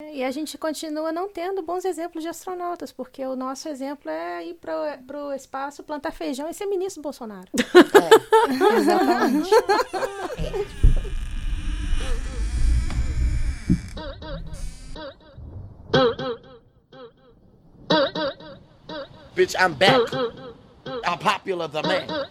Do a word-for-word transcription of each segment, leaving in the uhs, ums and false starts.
E a gente continua não tendo bons exemplos de astronautas, porque o nosso exemplo é ir para o espaço, plantar feijão e ser ministro Bolsonaro. É, exatamente. Bitch, I'm back. I'm popular the man.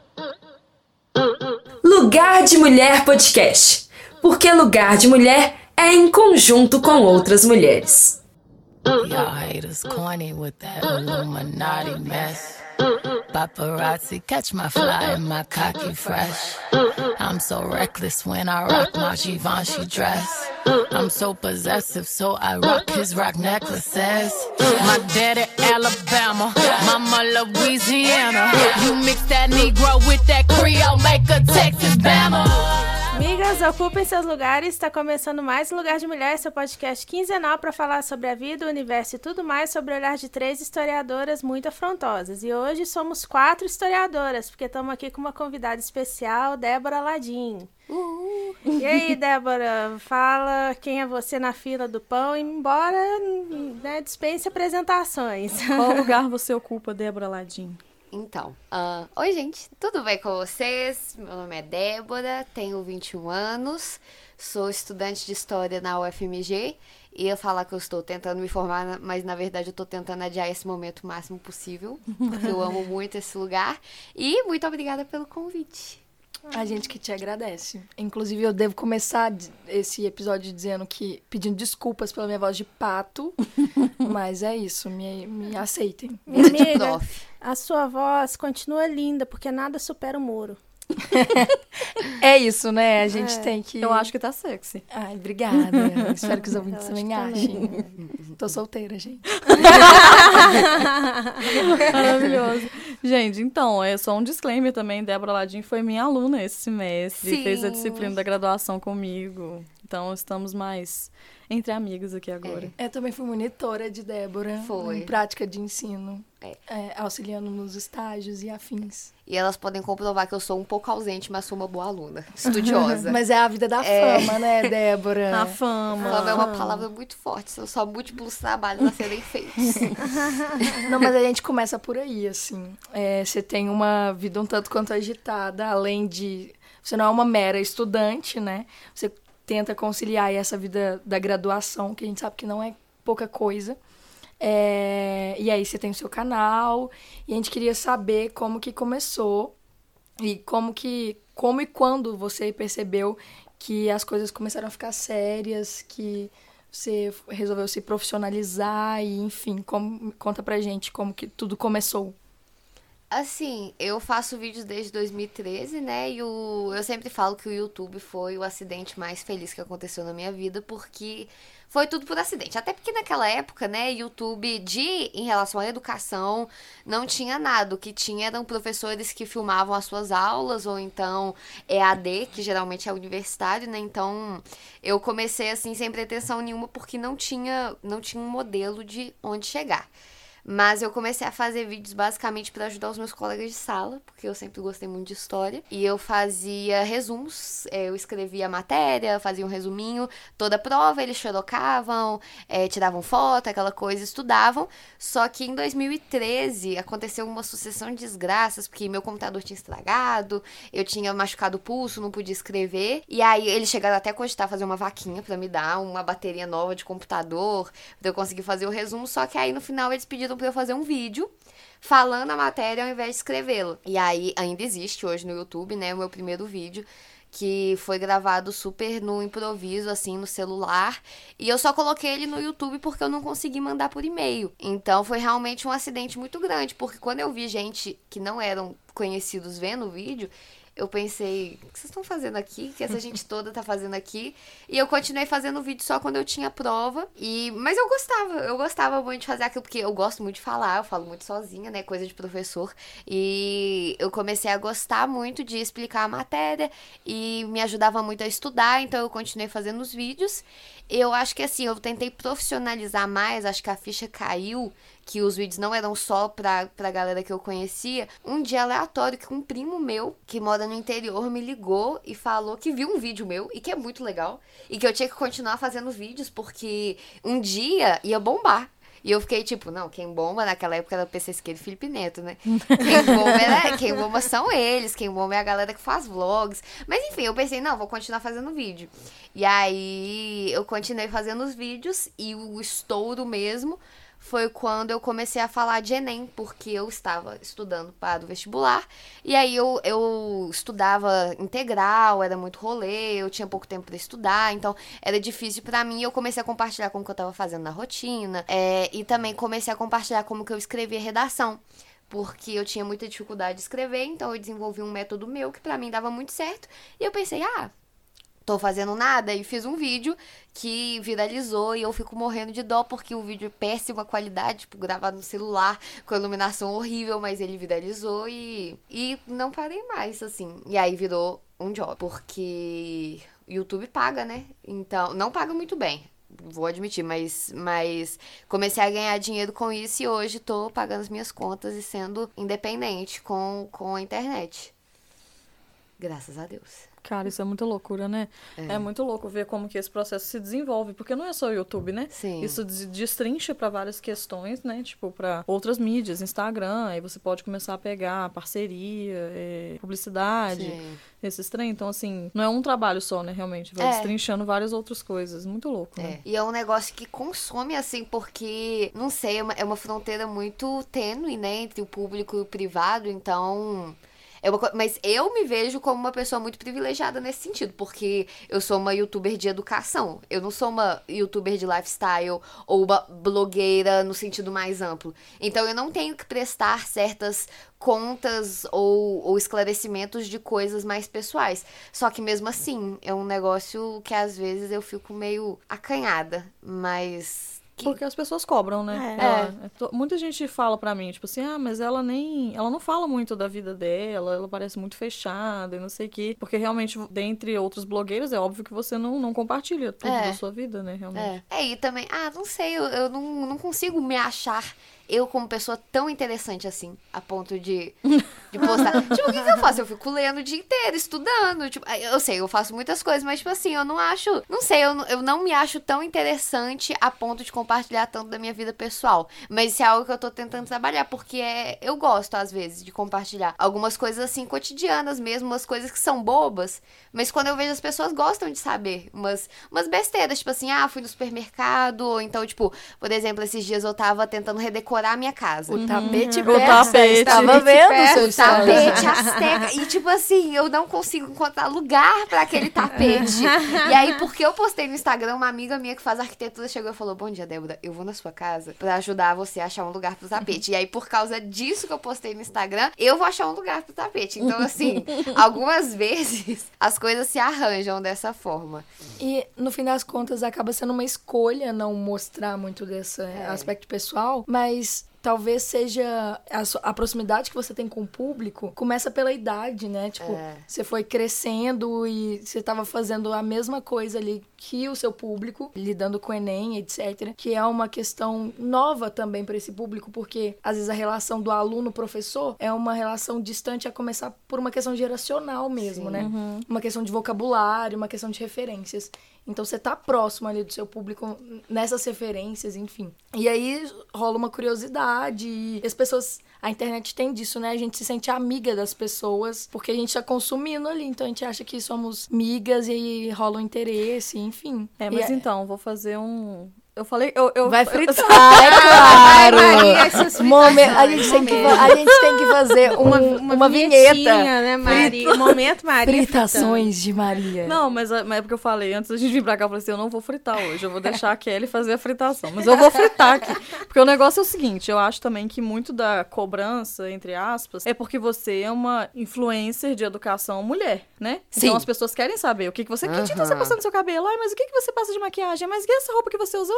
Lugar de Mulher Podcast. Porque lugar de mulher é em conjunto com outras mulheres. Y'all haters corny with that Illuminati mess. Paparazzi catch my fly and my cocky fresh. I'm so reckless when I rock my Givenchy dress. I'm so possessive, so I rock his rock necklaces. My daddy Alabama, mama Louisiana. You mix that Negro with that Creole, make a Texas Bama. Amigas, ocupem seus lugares, está começando mais um Lugar de Mulher, seu podcast quinzenal para falar sobre a vida, o universo e tudo mais sobre o olhar de três historiadoras muito afrontosas. E hoje somos quatro historiadoras, porque estamos aqui com uma convidada especial, Débora Ladim. Uhul. E aí, Débora, fala quem é você na fila do pão, embora né, dispense apresentações. Qual lugar você ocupa, Débora Ladim? Então, uh, oi gente, tudo bem com vocês? Meu nome é Débora, tenho vinte e um anos, sou estudante de História na U F M G. Ia falar que eu estou tentando me formar, mas na verdade eu estou tentando adiar esse momento o máximo possível, porque eu amo muito esse lugar. E muito obrigada pelo convite. A gente que te agradece. Inclusive, eu devo começar esse episódio dizendo que, pedindo desculpas pela minha voz de pato, mas é isso, me, me aceitem. Minha amiga, a sua voz continua linda, porque nada supera o Moro. É isso, né? A gente é. tem que... Eu acho que tá sexy. Ai, obrigada. Espero que os ouvintes também achem. Tô solteira, gente. Maravilhoso. Gente, então, é só um disclaimer também. Débora Ladim foi minha aluna esse semestre. Sim. Fez a disciplina da graduação comigo. Então, estamos mais entre amigas aqui agora. É. Eu também fui monitora de Débora. Foi. Em prática de ensino. É. É, auxiliando nos estágios e afins. E elas podem comprovar que eu sou um pouco ausente, mas sou uma boa aluna, estudiosa. Mas é a vida da É. fama, né, Débora? A fama. Fama é uma palavra muito forte, são só múltiplos trabalhos a serem feitos. Não, mas a gente começa por aí, assim. É, você tem uma vida um tanto quanto agitada, além de... Você não é uma mera estudante, né? Você tenta conciliar aí essa vida da graduação, que a gente sabe que não é pouca coisa. É, e aí você tem o seu canal, e a gente queria saber como que começou, e como que, como e quando você percebeu que as coisas começaram a ficar sérias, que você resolveu se profissionalizar, e enfim, como, conta pra gente como que tudo começou. Assim, eu faço vídeos desde dois mil e treze, né, e o, eu sempre falo que o YouTube foi o acidente mais feliz que aconteceu na minha vida, porque foi tudo por acidente. Até porque naquela época, né, YouTube de, em relação à educação, não tinha nada. O que tinha eram professores que filmavam as suas aulas, ou então E A D, que geralmente é universitário, né, então eu comecei assim sem pretensão nenhuma, porque não tinha, não tinha um modelo de onde chegar. Mas eu comecei a fazer vídeos basicamente para ajudar os meus colegas de sala, porque eu sempre gostei muito de história. E eu fazia resumos, eu escrevia a matéria, fazia um resuminho, toda prova eles xerocavam, é, tiravam foto, aquela coisa, estudavam. Só que em dois mil e treze aconteceu uma sucessão de desgraças, porque meu computador tinha estragado, eu tinha machucado o pulso, não podia escrever. E aí eles chegaram até a cogitar fazer uma vaquinha para me dar uma bateria nova de computador, pra eu conseguir fazer o resumo, só que aí no final eles pediram pra eu fazer um vídeo falando a matéria ao invés de escrevê-la. E aí ainda existe hoje no YouTube, né, o meu primeiro vídeo, que foi gravado super no improviso, assim, no celular. E eu só coloquei ele no YouTube porque eu não consegui mandar por e-mail. Então foi realmente um acidente muito grande, porque quando eu vi gente que não eram conhecidos vendo o vídeo, eu pensei, o que vocês estão fazendo aqui? O que essa gente toda tá fazendo aqui? E eu continuei fazendo vídeo só quando eu tinha prova. E... Mas eu gostava, eu gostava muito de fazer aquilo, porque eu gosto muito de falar, eu falo muito sozinha, né? Coisa de professor. E eu comecei a gostar muito de explicar a matéria e me ajudava muito a estudar, então eu continuei fazendo os vídeos. Eu acho que assim, eu tentei profissionalizar mais, acho que a ficha caiu, que os vídeos não eram só pra, pra galera que eu conhecia. Um dia aleatório que um primo meu, que mora no interior me ligou e falou que viu um vídeo meu e que é muito legal. E que eu tinha que continuar fazendo vídeos porque um dia ia bombar. E eu fiquei tipo, não, quem bomba naquela época era o P C Siqueira e Felipe Neto, né? Quem bomba, era, quem bomba são eles, quem bomba é a galera que faz vlogs. Mas enfim, eu pensei, não, vou continuar fazendo vídeo. E aí eu continuei fazendo os vídeos e o estouro mesmo foi quando eu comecei a falar de Enem, porque eu estava estudando para o vestibular, e aí eu, eu estudava integral, era muito rolê, eu tinha pouco tempo para estudar, então era difícil para mim, eu comecei a compartilhar como que eu estava fazendo na rotina, é, e também comecei a compartilhar como que eu escrevia redação, porque eu tinha muita dificuldade de escrever, então eu desenvolvi um método meu que para mim dava muito certo, e eu pensei, ah... tô fazendo nada, e fiz um vídeo que viralizou e eu fico morrendo de dó porque o vídeo é péssima qualidade, tipo, gravado no celular, com a iluminação horrível, mas ele viralizou e, e não parei mais, assim. E aí virou um job, porque o YouTube paga, né? Então, não paga muito bem, vou admitir, mas, mas comecei a ganhar dinheiro com isso e hoje tô pagando as minhas contas e sendo independente com, com a internet. Graças a Deus. Cara, isso é muita loucura, né? É. é muito louco ver como que esse processo se desenvolve, porque não é só o YouTube, né? Sim. Isso destrincha para várias questões, né? Tipo, para outras mídias, Instagram, aí você pode começar a pegar parceria, é, publicidade, Sim. esses trem. Então, assim, não é um trabalho só, né? Realmente, vai é. destrinchando várias outras coisas. Muito louco, né? É. E é um negócio que consome, assim, porque, não sei, é uma, é uma fronteira muito tênue, né? Entre o público e o privado, então... É uma, mas eu me vejo como uma pessoa muito privilegiada nesse sentido, porque eu sou uma youtuber de educação, eu não sou uma youtuber de lifestyle ou uma blogueira no sentido mais amplo. Então eu não tenho que prestar certas contas ou, ou esclarecimentos de coisas mais pessoais. Só que mesmo assim, é um negócio que às vezes eu fico meio acanhada, mas... Que... Porque as pessoas cobram, né? É. Ela, muita gente fala pra mim, tipo assim, ah, mas ela nem... Ela não fala muito da vida dela, ela parece muito fechada e não sei o quê. Porque realmente, dentre outros blogueiros, é óbvio que você não, não compartilha tudo é. da sua vida, né? Realmente. É. é, e também, ah, não sei, eu, eu não, não consigo me achar... Eu, como pessoa tão interessante assim, a ponto de, de postar. Tipo, o que, que eu faço? Eu fico lendo o dia inteiro, estudando. Tipo, eu sei, eu faço muitas coisas, mas, tipo assim, eu não acho. Não sei, eu, eu não me acho tão interessante a ponto de compartilhar tanto da minha vida pessoal. Mas isso é algo que eu tô tentando trabalhar, porque é, eu gosto, às vezes, de compartilhar algumas coisas assim, cotidianas mesmo, umas coisas que são bobas. Mas quando eu vejo as pessoas gostam de saber. Umas, umas besteiras, tipo assim, ah, fui no supermercado. Ou então, tipo, por exemplo, esses dias eu tava tentando redecorar a minha casa. O tapete uhum. O tapete. Tava vendo seu tapete asteca. E tipo assim, eu não consigo encontrar lugar pra aquele tapete. E aí, porque eu postei no Instagram, uma amiga minha que faz arquitetura chegou e falou, bom dia, Débora, eu vou na sua casa pra ajudar você a achar um lugar pro tapete. E aí, por causa disso que eu postei no Instagram, eu vou achar um lugar pro tapete. Então, assim, algumas vezes as coisas se arranjam dessa forma. E, no fim das contas, acaba sendo uma escolha não mostrar muito desse é. aspecto pessoal, mas talvez seja a, a proximidade que você tem com o público, começa pela idade, né? Tipo, é. você foi crescendo e você tava fazendo a mesma coisa ali que o seu público, lidando com o Enem, etcétera. Que é uma questão nova também para esse público, porque às vezes a relação do aluno-professor é uma relação distante a começar por uma questão geracional mesmo, Sim. né? Uhum. Uma questão de vocabulário, uma questão de referências. Então, você tá próximo ali do seu público nessas referências, enfim. E aí, rola uma curiosidade e as pessoas... A internet tem disso, né? A gente se sente amiga das pessoas porque a gente tá consumindo ali. Então, a gente acha que somos migas e aí rola um interesse, enfim. É, mas e então, vou fazer um... Eu falei... Eu, eu, Vai fritar, eu... é claro! Momen... a, gente tem que, a gente tem que fazer um, uma, uma, uma vinheta. Né, Maria? Momento Maria Fritações de Maria. Não, mas, mas é porque eu falei, antes da gente vir pra cá, eu falei assim, eu não vou fritar hoje, eu vou deixar a Kelly fazer a fritação. Mas eu vou fritar aqui. Porque o negócio é o seguinte, eu acho também que muito da cobrança, entre aspas, é porque você é uma influencer de educação mulher, né? Sim. Então as pessoas querem saber o que, que você... Uhum. Que tinta você passa no seu cabelo? Ai, mas o que, que você passa de maquiagem? Mas e essa roupa que você usou?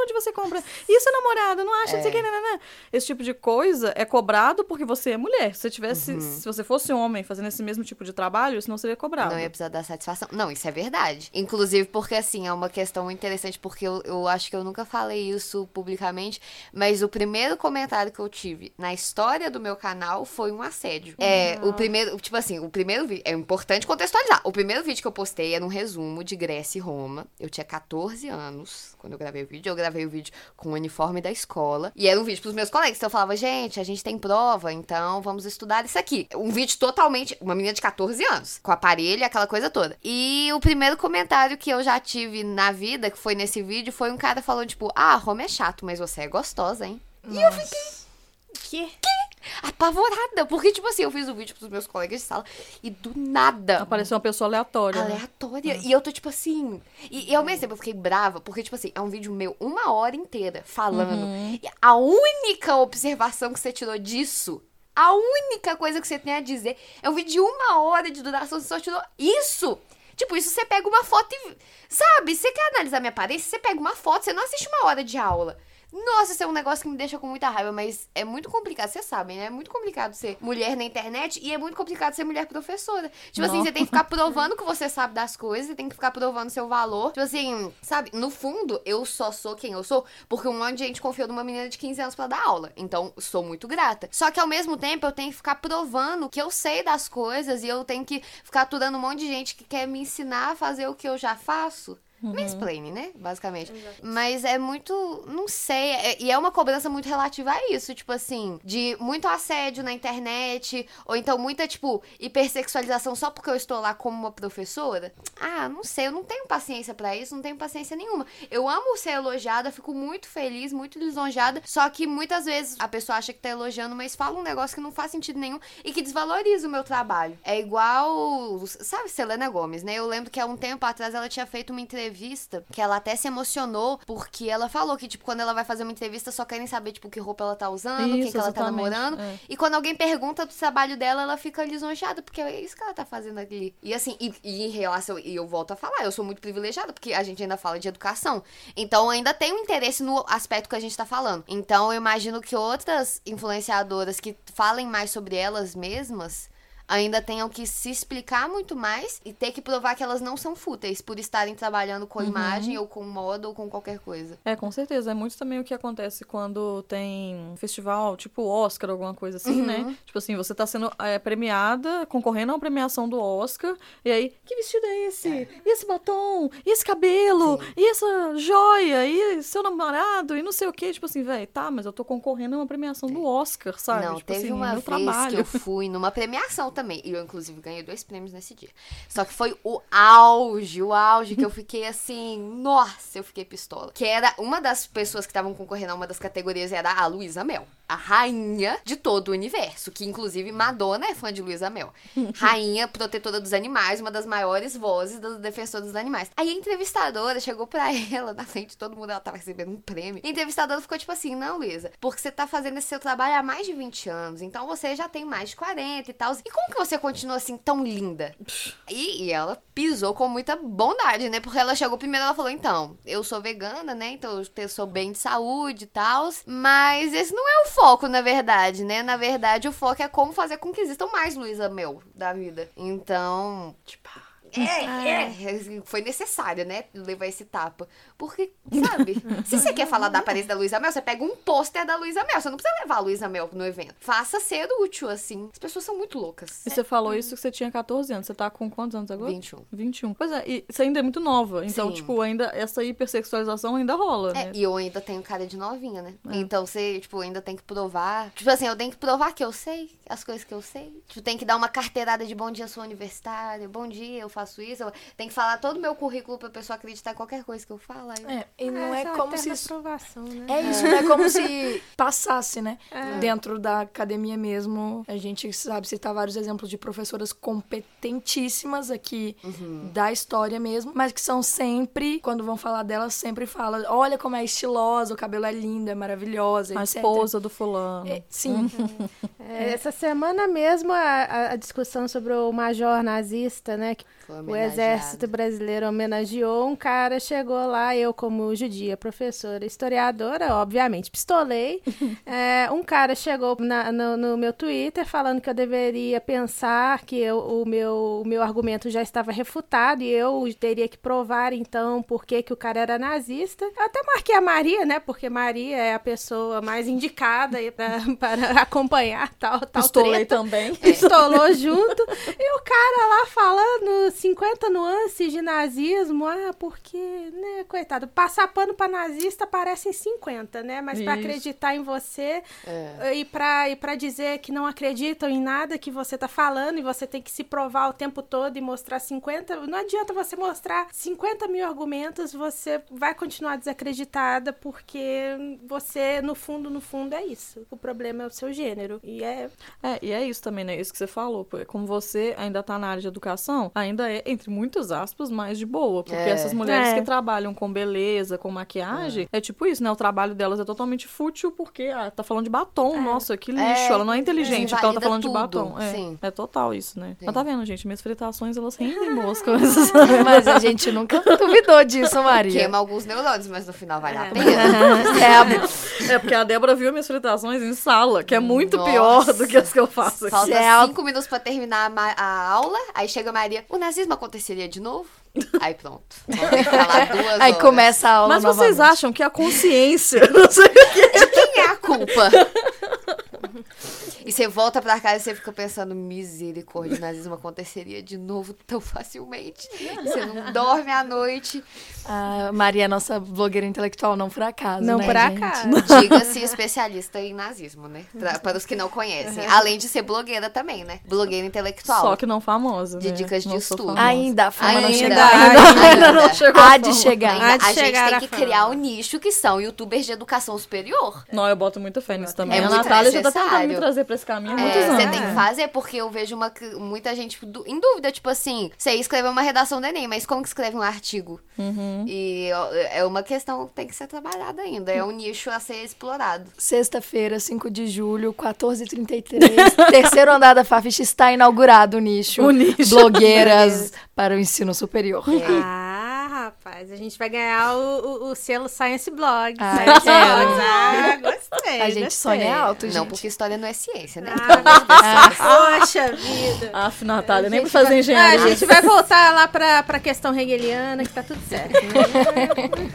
onde você compra? E seu namorado, não acha? É. Não sei o que, né, né, né? Esse tipo de coisa é cobrado porque você é mulher. Se você tivesse, Uhum. se você fosse homem fazendo esse mesmo tipo de trabalho, isso não seria cobrado. Não ia precisar dar satisfação. Não, isso é verdade. Inclusive porque, assim, é uma questão muito interessante, porque eu, eu acho que eu nunca falei isso publicamente, mas o primeiro comentário que eu tive na história do meu canal foi um assédio. É, o primeiro, tipo assim, o primeiro vídeo, é importante contextualizar. O primeiro vídeo que eu postei era um resumo de Grécia e Roma. Eu tinha catorze anos quando eu gravei o vídeo. Eu gravei o vídeo com o uniforme da escola. E era um vídeo pros meus colegas. Então eu falava, gente, a gente tem prova, então vamos estudar isso aqui. Um vídeo totalmente, uma menina de catorze anos, com aparelho, aquela coisa toda. E o primeiro comentário que eu já tive na vida, que foi nesse vídeo, foi um cara falando, tipo, ah, Roma é chato, mas você é gostosa, hein? Nossa. E eu fiquei... Que? Apavorada, porque, tipo assim, eu fiz o vídeo pros meus colegas de sala e do nada... Apareceu uma pessoa aleatória. né? Aleatória. E eu tô, tipo assim... E, e ao mesmo tempo eu fiquei brava, porque, tipo assim, é um vídeo meu uma hora inteira falando. E a única observação que você tirou disso, a única coisa que você tem a dizer, é um vídeo de uma hora de duração, você só tirou isso. Tipo, isso você pega uma foto e... Sabe, você quer analisar minha aparência, você pega uma foto, você não assiste uma hora de aula. Nossa, isso é um negócio que me deixa com muita raiva, mas é muito complicado, vocês sabem, né? É muito complicado ser mulher na internet e é muito complicado ser mulher professora. Tipo assim, você tem que ficar provando que você sabe das coisas, você tem que ficar provando seu valor. Tipo assim, sabe? No fundo, eu só sou quem eu sou porque um monte de gente confiou numa menina de quinze anos pra dar aula. Então, sou muito grata. Só que ao mesmo tempo, eu tenho que ficar provando que eu sei das coisas e eu tenho que ficar aturando um monte de gente que quer me ensinar a fazer o que eu já faço. Uhum. Mansplaining, né? Basicamente. Exato. Mas é muito... Não sei. É, e é uma cobrança muito relativa a isso. Tipo assim, de muito assédio na internet. Ou então muita, tipo, hipersexualização só porque eu estou lá como uma professora. Ah, não sei. Eu não tenho paciência pra isso. Não tenho paciência nenhuma. Eu amo ser elogiada. Fico muito feliz, muito lisonjeada. Só que muitas vezes a pessoa acha que tá elogiando, mas fala um negócio que não faz sentido nenhum e que desvaloriza o meu trabalho. É igual... Sabe, Selena Gomez, né? Eu lembro que há um tempo atrás ela tinha feito uma entrevista entrevista, que ela até se emocionou, porque ela falou que, tipo, quando ela vai fazer uma entrevista, só querem saber, tipo, que roupa ela tá usando, isso, quem que ela tá namorando. É. E quando alguém pergunta do trabalho dela, ela fica lisonjeada, porque é isso que ela tá fazendo ali. E assim, e, e em relação, e eu volto a falar, eu sou muito privilegiada, porque a gente ainda fala de educação. Então, ainda tem um interesse no aspecto que a gente tá falando. Então, eu imagino que outras influenciadoras que falem mais sobre elas mesmas ainda tenham que se explicar muito mais e ter que provar que elas não são fúteis por estarem trabalhando com uhum. imagem ou com moda ou com qualquer coisa. É, com certeza. É muito também o que acontece quando tem um festival, tipo Oscar, alguma coisa assim, uhum. né? Tipo assim, você tá sendo é, premiada, concorrendo a uma premiação do Oscar, e aí, que vestido é esse? É. E esse batom? E esse cabelo? Sim. E essa joia? E seu namorado? E não sei o quê. Tipo assim, velho, tá, mas eu tô concorrendo a uma premiação é. do Oscar, sabe? Não, tipo teve assim, uma meu vez trabalho. que eu fui numa premiação também. E eu, inclusive, ganhei dois prêmios nesse dia. Só que foi o auge, o auge que eu fiquei assim... Nossa, eu fiquei pistola. Que era uma das pessoas que estavam concorrendo a uma das categorias era a Luísa Mel. A rainha de todo o universo. Que, inclusive, Madonna é fã de Luísa Mel. Rainha protetora dos animais, uma das maiores vozes dos defensores dos animais. Aí a entrevistadora chegou pra ela, na frente de todo mundo, ela tava recebendo um prêmio. A entrevistadora ficou tipo assim, não, Luísa, porque você tá fazendo esse seu trabalho há mais de vinte anos, então você já tem mais de quarenta e tal. E como que você continua assim tão linda? E, e ela pisou com muita bondade, né? Porque ela chegou primeiro, ela falou, então, eu sou vegana, né? Então eu sou bem de saúde e tal, mas esse não é o foco, na verdade, né? Na verdade, o foco é como fazer com que existam mais Luísa Mel da vida. Então, tipo... É, é, foi necessário, né, levar esse tapa. Porque, sabe, se você quer falar da aparência da Luísa Mel, você pega um pôster da Luísa Mel. Você não precisa levar a Luísa Mel no evento. Faça ser útil, assim. As pessoas são muito loucas. E você falou isso que você tinha catorze anos. Você tá com quantos anos agora? vinte e um. vinte e um. Pois é, e você ainda é muito nova. Então, Sim. tipo, ainda essa hipersexualização ainda rola, né? É, e eu ainda tenho cara de novinha, né? É. Então, você, tipo, ainda tem que provar. Tipo assim, eu tenho que provar que eu sei as coisas que eu sei. Tipo, tem que dar uma carteirada de bom dia, sou universitária. Bom dia, eu faço isso. Eu... Tem que falar todo o meu currículo pra pessoa acreditar em qualquer coisa que eu falo. Aí... É, e não é, é como se... aprovação, né? É isso, não é como se passasse, né? É. Dentro da academia mesmo, a gente sabe citar vários exemplos de professoras competentíssimas aqui uhum. da história mesmo, mas que são sempre, quando vão falar delas, sempre falam, olha como é estilosa, o cabelo é lindo, é maravilhosa, a etcétera. esposa do fulano. É, sim. É, É, essa semana mesmo a, a discussão sobre o major nazista, né? Que o exército brasileiro homenageou um cara, chegou lá, eu como judia, professora, historiadora, obviamente, pistolei. É, um cara chegou na, no, no meu Twitter falando que eu deveria pensar que eu, o, meu, o meu argumento já estava refutado e eu teria que provar, então, por que, que o cara era nazista. Eu até marquei a Maria, né? Porque Maria é a pessoa mais indicada pra, para acompanhar tal, tal Pistolei treta. também. Pistolou junto. E o cara lá falando cinquenta nuances de nazismo. Ah, porque, né, coitado, passar pano pra nazista parecem cinquenta, né? Mas pra Isso. acreditar em você É. e, pra, e pra dizer que não acreditam em nada que você tá falando e você tem que se provar o tempo todo e mostrar cinquenta, não adianta você mostrar cinquenta mil argumentos, você vai continuar desacreditada porque você, no fundo, no fundo, é isso. O problema é o seu gênero. E é... É, e é isso também, né? Isso que você falou. Porque como você ainda tá na área de educação, ainda é, entre muitas aspas, mais de boa. Porque É. essas mulheres É. que trabalham com beleza, com maquiagem, é. é tipo isso, né? O trabalho delas é totalmente fútil porque ah, tá falando de batom. É. Nossa, que lixo. É, Ela não é inteligente porque ela tá invalida falando de tudo, batom. É, sim. é total isso, né? Sim. Mas tá vendo, gente? Minhas fritações, elas rendem boas coisas. Mas a gente nunca duvidou disso, Maria. Queima alguns neurônios, mas no final vale a É. pena. É, a- É porque a Débora viu minhas fritações em sala, que é muito Nossa. pior do que as que eu faço aqui. Falta Você é cinco minutos pra terminar a, ma- a aula, aí chega a Maria, o nazismo aconteceria de novo? Aí pronto. Vamos ter que falar duas Aí horas. começa a aula Mas vocês novamente. acham que a consciência... Não sei o que De quem é a culpa? E você volta pra casa e você fica pensando, misericórdia, o nazismo aconteceria de novo tão facilmente. Você não dorme à noite. A Maria é nossa blogueira intelectual, não por acaso, Não né, por gente? acaso. Diga-se especialista em nazismo, né? Pra- para os que não conhecem. Além de ser blogueira também, né? Blogueira intelectual. Só que não famosa, De né? dicas de Não sou estudo. famosa. Ainda, a fama não Ainda, chegou. ainda, Ainda não chegou Há a de fama. chegar. Ainda, Há de a gente chegar tem a que fama. criar um nicho que são youtubers de educação superior. Não, eu boto muita fé nisso também. É a muito Natália já tá tentando necessário. me trazer pra esse caminho há É, muitos você anos. tem que fazer, porque eu vejo uma, muita gente tipo, du- em dúvida, tipo assim, você escreveu uma redação do Enem, mas como que escreve um artigo? Uhum. E ó, é uma questão que tem que ser trabalhada ainda, é um nicho a ser explorado. Sexta-feira, cinco de julho, quatorze e trinta e três. Terceiro andar da Fafiche está inaugurado o nicho. O nicho. Blogueiras para o ensino superior. Ah, rapaz, a gente vai ganhar o, o, o selo Science Blog. Ah, Science quero. Blogs. Ah, gostei. A gente gostei. sonha alto, gente. Não, porque história não é ciência, né? Ah, poxa vida. Afa, Natália, nem A pra gente fazer vai- Ah, engenharia. a gente vai voltar lá pra, pra questão hegeliana, que tá tudo certo. Né?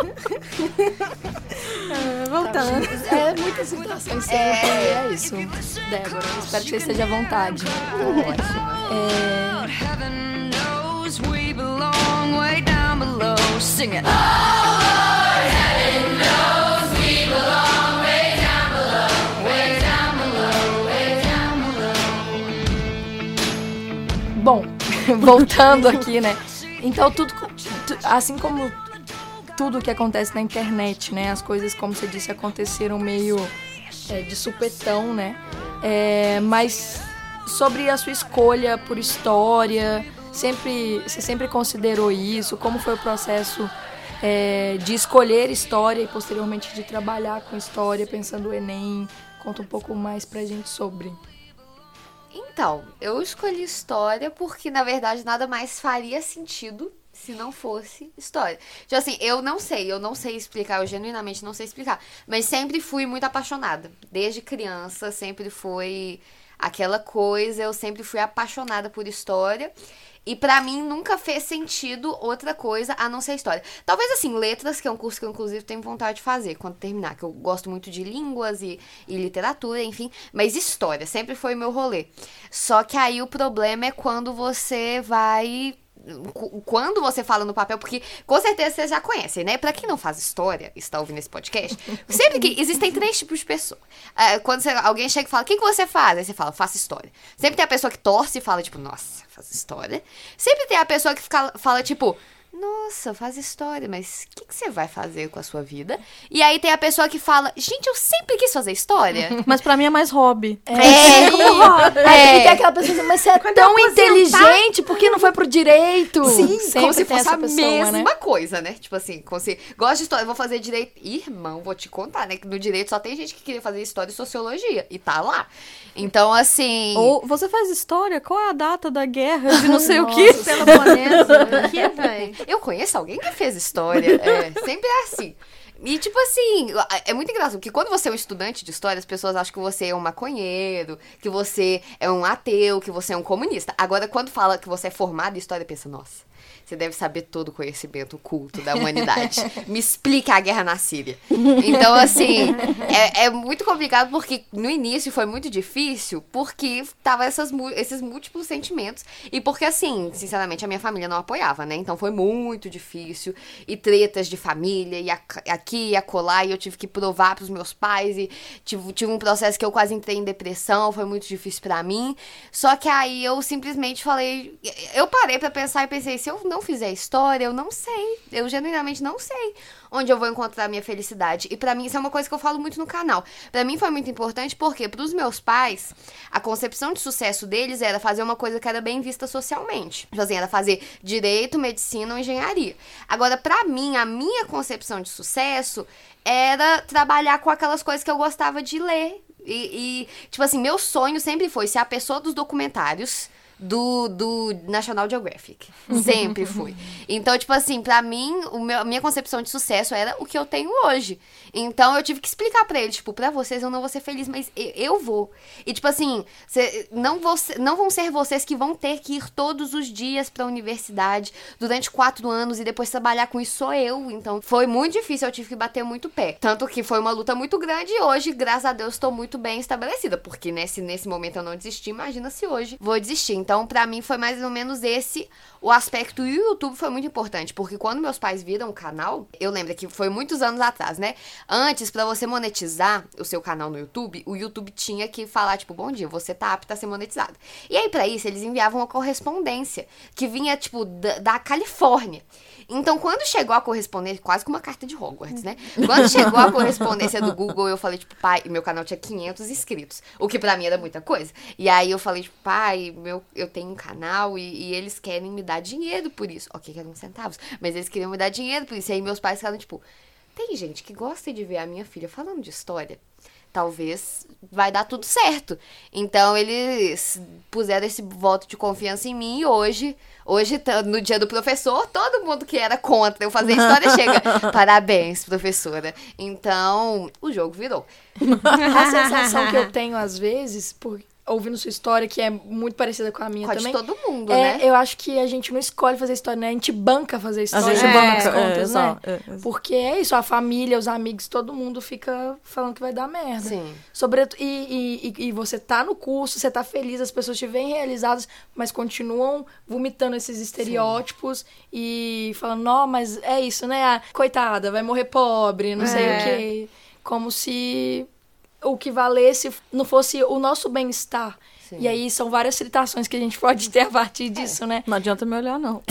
Ah, voltando. É muita citação sempre. É isso. Débora, espero que você esteja à vontade. É, Heaven knows we belong way down below. Sing it. Bom, voltando aqui, né? Então, tudo, tu- assim como tudo que acontece na internet, né? As coisas, como você disse, aconteceram meio é, de supetão, né? É, mas sobre a sua escolha por história, sempre, você sempre considerou isso? Como foi o processo é, de escolher história e posteriormente de trabalhar com história, pensando no Enem? Conta um pouco mais pra gente sobre. Então, eu escolhi história porque, na verdade, nada mais faria sentido se não fosse história. Tipo assim, eu não sei, eu não sei explicar, eu genuinamente não sei explicar, mas sempre fui muito apaixonada. Desde criança, sempre foi aquela coisa, eu sempre fui apaixonada por história. E pra mim nunca fez sentido outra coisa a não ser história. Talvez assim, letras, que é um curso que eu inclusive tenho vontade de fazer quando terminar, que eu gosto muito de línguas e, e literatura, enfim. Mas história sempre foi meu rolê. Só que aí o problema é quando você vai... Quando você fala no papel, porque com certeza vocês já conhecem, né? Pra quem não faz história, está ouvindo esse podcast, sempre que existem três tipos de pessoa. É, quando você, alguém chega e fala, o que, que você faz? Aí você fala, faço história. Sempre tem a pessoa que torce e fala, tipo, nossa, faz história. Sempre tem a pessoa que fica, fala, tipo, Nossa, faz história, mas o que, que você vai fazer com a sua vida? E aí tem a pessoa que fala, gente, eu sempre quis fazer história. Mas pra mim é mais hobby. É, É, como hobby. é. Aí tem aquela pessoa assim, mas você é Quando tão eu inteligente, por que não foi pro direito? Sim, Sempre como se tem fosse essa a pessoa, mesma né? coisa, né? Tipo assim, como se gosta de história, vou fazer direito. Irmão, vou te contar, né? Que no direito só tem gente que queria fazer história e sociologia. E tá lá. Então, assim... Ou você faz história? Qual é a data da guerra de não sei o Nossa, quê? Peloponesa. Que, velho? Eu conheço alguém que fez história. É, sempre é assim. E, tipo assim, é muito engraçado, porque quando você é um estudante de história, as pessoas acham que você é um maconheiro, que você é um ateu, que você é um comunista. Agora, quando fala que você é formado em história, pensa, nossa, você deve saber todo o conhecimento oculto da humanidade. Me explica a guerra na Síria. Então, assim, é, é muito complicado porque no início foi muito difícil porque tava essas, esses múltiplos sentimentos. E porque, assim, sinceramente, a minha família não apoiava, né? Então foi muito difícil. E tretas de família, e aqui e acolá, e eu tive que provar pros meus pais. E tive, tive um processo que eu quase entrei em depressão, foi muito difícil pra mim. Só que aí eu simplesmente falei... Eu parei pra pensar e pensei, se eu não fizer história, eu não sei. Eu genuinamente não sei onde eu vou encontrar a minha felicidade. E pra mim, isso é uma coisa que eu falo muito no canal. Pra mim foi muito importante porque pros meus pais, a concepção de sucesso deles era fazer uma coisa que era bem vista socialmente. Tipo assim, era fazer direito, medicina ou engenharia. Agora, pra mim, a minha concepção de sucesso era trabalhar com aquelas coisas que eu gostava de ler. E, e tipo assim, meu sonho sempre foi ser a pessoa dos documentários do, do National Geographic. Sempre fui. Então, tipo assim, pra mim, o meu, a minha concepção de sucesso era o que eu tenho hoje. Então, eu tive que explicar pra eles, tipo, pra vocês eu não vou ser feliz, mas eu, eu vou. E, tipo assim, cê, não, vou, não vão ser vocês que vão ter que ir todos os dias pra universidade durante quatro anos e depois trabalhar com isso, sou eu. Então, foi muito difícil, eu tive que bater muito pé. Tanto que foi uma luta muito grande e hoje, graças a Deus, estou muito bem estabelecida. Porque, né, se nesse momento eu não desisti, imagina se hoje vou desistir. Então, pra mim, foi mais ou menos esse o aspecto. E o YouTube foi muito importante, porque quando meus pais viram o canal, eu lembro que foi muitos anos atrás, né? Antes, pra você monetizar o seu canal no YouTube, o YouTube tinha que falar, tipo, bom dia, você tá apto a ser monetizado. E aí, pra isso, eles enviavam uma correspondência que vinha, tipo, da, da Califórnia. Então, quando chegou a correspondência, quase como uma carta de Hogwarts, né? Quando chegou a correspondência do Google, eu falei, tipo, pai, meu canal tinha quinhentos inscritos, o que pra mim era muita coisa. E aí eu falei, tipo, pai, meu, eu tenho um canal e, e eles querem me dar dinheiro por isso. Ok, que eram centavos, mas eles queriam me dar dinheiro por isso. E aí meus pais ficaram, tipo, tem gente que gosta de ver a minha filha falando de história. Talvez vai dar tudo certo. Então, eles puseram esse voto de confiança em mim e hoje, hoje, no dia do professor, todo mundo que era contra eu fazer história chega. Parabéns, professora. Então, o jogo virou. A sensação que eu tenho, às vezes, por, ouvindo sua história, que é muito parecida com a minha Pode também. todo mundo, é, né? Eu acho que a gente não escolhe fazer história, né? A gente banca fazer história. A gente no banca, fim das contas, é, né? exato, é, exato. Porque é isso, a família, os amigos, todo mundo fica falando que vai dar merda. Sim. Sobretudo, e, e, e você tá no curso, você tá feliz, as pessoas te veem realizadas, mas continuam vomitando esses estereótipos. Sim. E falando, não, mas é isso, né? Ah, coitada, vai morrer pobre, não É. sei o quê. Como se o que valesse não fosse o nosso bem-estar. Sim. E aí são várias citações que a gente pode ter a partir disso, né? Não adianta me olhar, não.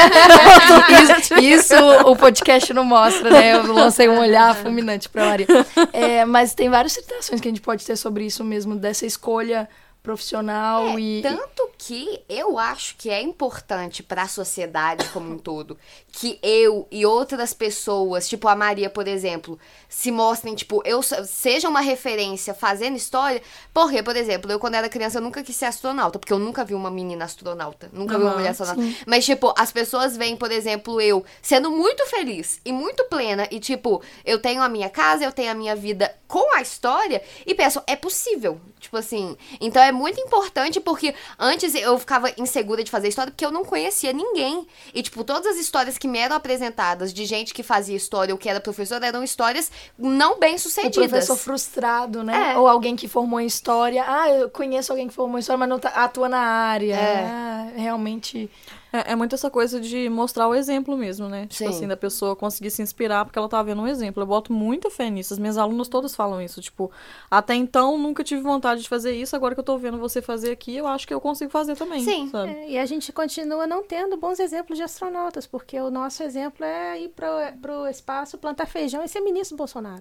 Isso, isso o podcast não mostra, né? Eu lancei um olhar fulminante pra Maria. É, mas tem várias citações que a gente pode ter sobre isso mesmo, dessa escolha profissional É, e... tanto que eu acho que é importante pra sociedade como um todo que eu e outras pessoas, tipo a Maria, por exemplo, se mostrem, tipo, eu seja uma referência fazendo história, porque, por exemplo, eu quando era criança eu nunca quis ser astronauta, porque eu nunca vi uma menina astronauta, nunca vi uma Aham, mulher astronauta, sim. mas, tipo, as pessoas veem, por exemplo, eu sendo muito feliz e muito plena e, tipo, eu tenho a minha casa, eu tenho a minha vida com a história e pensam, é possível, tipo assim, então é muito importante porque antes eu ficava insegura de fazer história porque eu não conhecia ninguém. E, tipo, todas as histórias que me eram apresentadas de gente que fazia história ou que era professora eram histórias não bem O sucedidas. professor frustrado, né? É. Ou alguém que formou em história. Ah, eu conheço alguém que formou em história, mas não tá- atua na área. É. Ah, realmente... É, é muito essa coisa de mostrar o exemplo mesmo, né? Tipo Sim. assim, da pessoa conseguir se inspirar porque ela tá vendo um exemplo. Eu boto muita fé nisso. As minhas alunas todas falam isso. Tipo, até então nunca tive vontade de fazer isso. Agora que eu tô vendo você fazer aqui, eu acho que eu consigo fazer também. Sim. Sabe? É, e a gente continua não tendo bons exemplos de astronautas, porque o nosso exemplo é ir pro, pro espaço, plantar feijão e ser ministro Bolsonaro.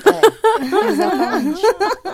É. Exatamente.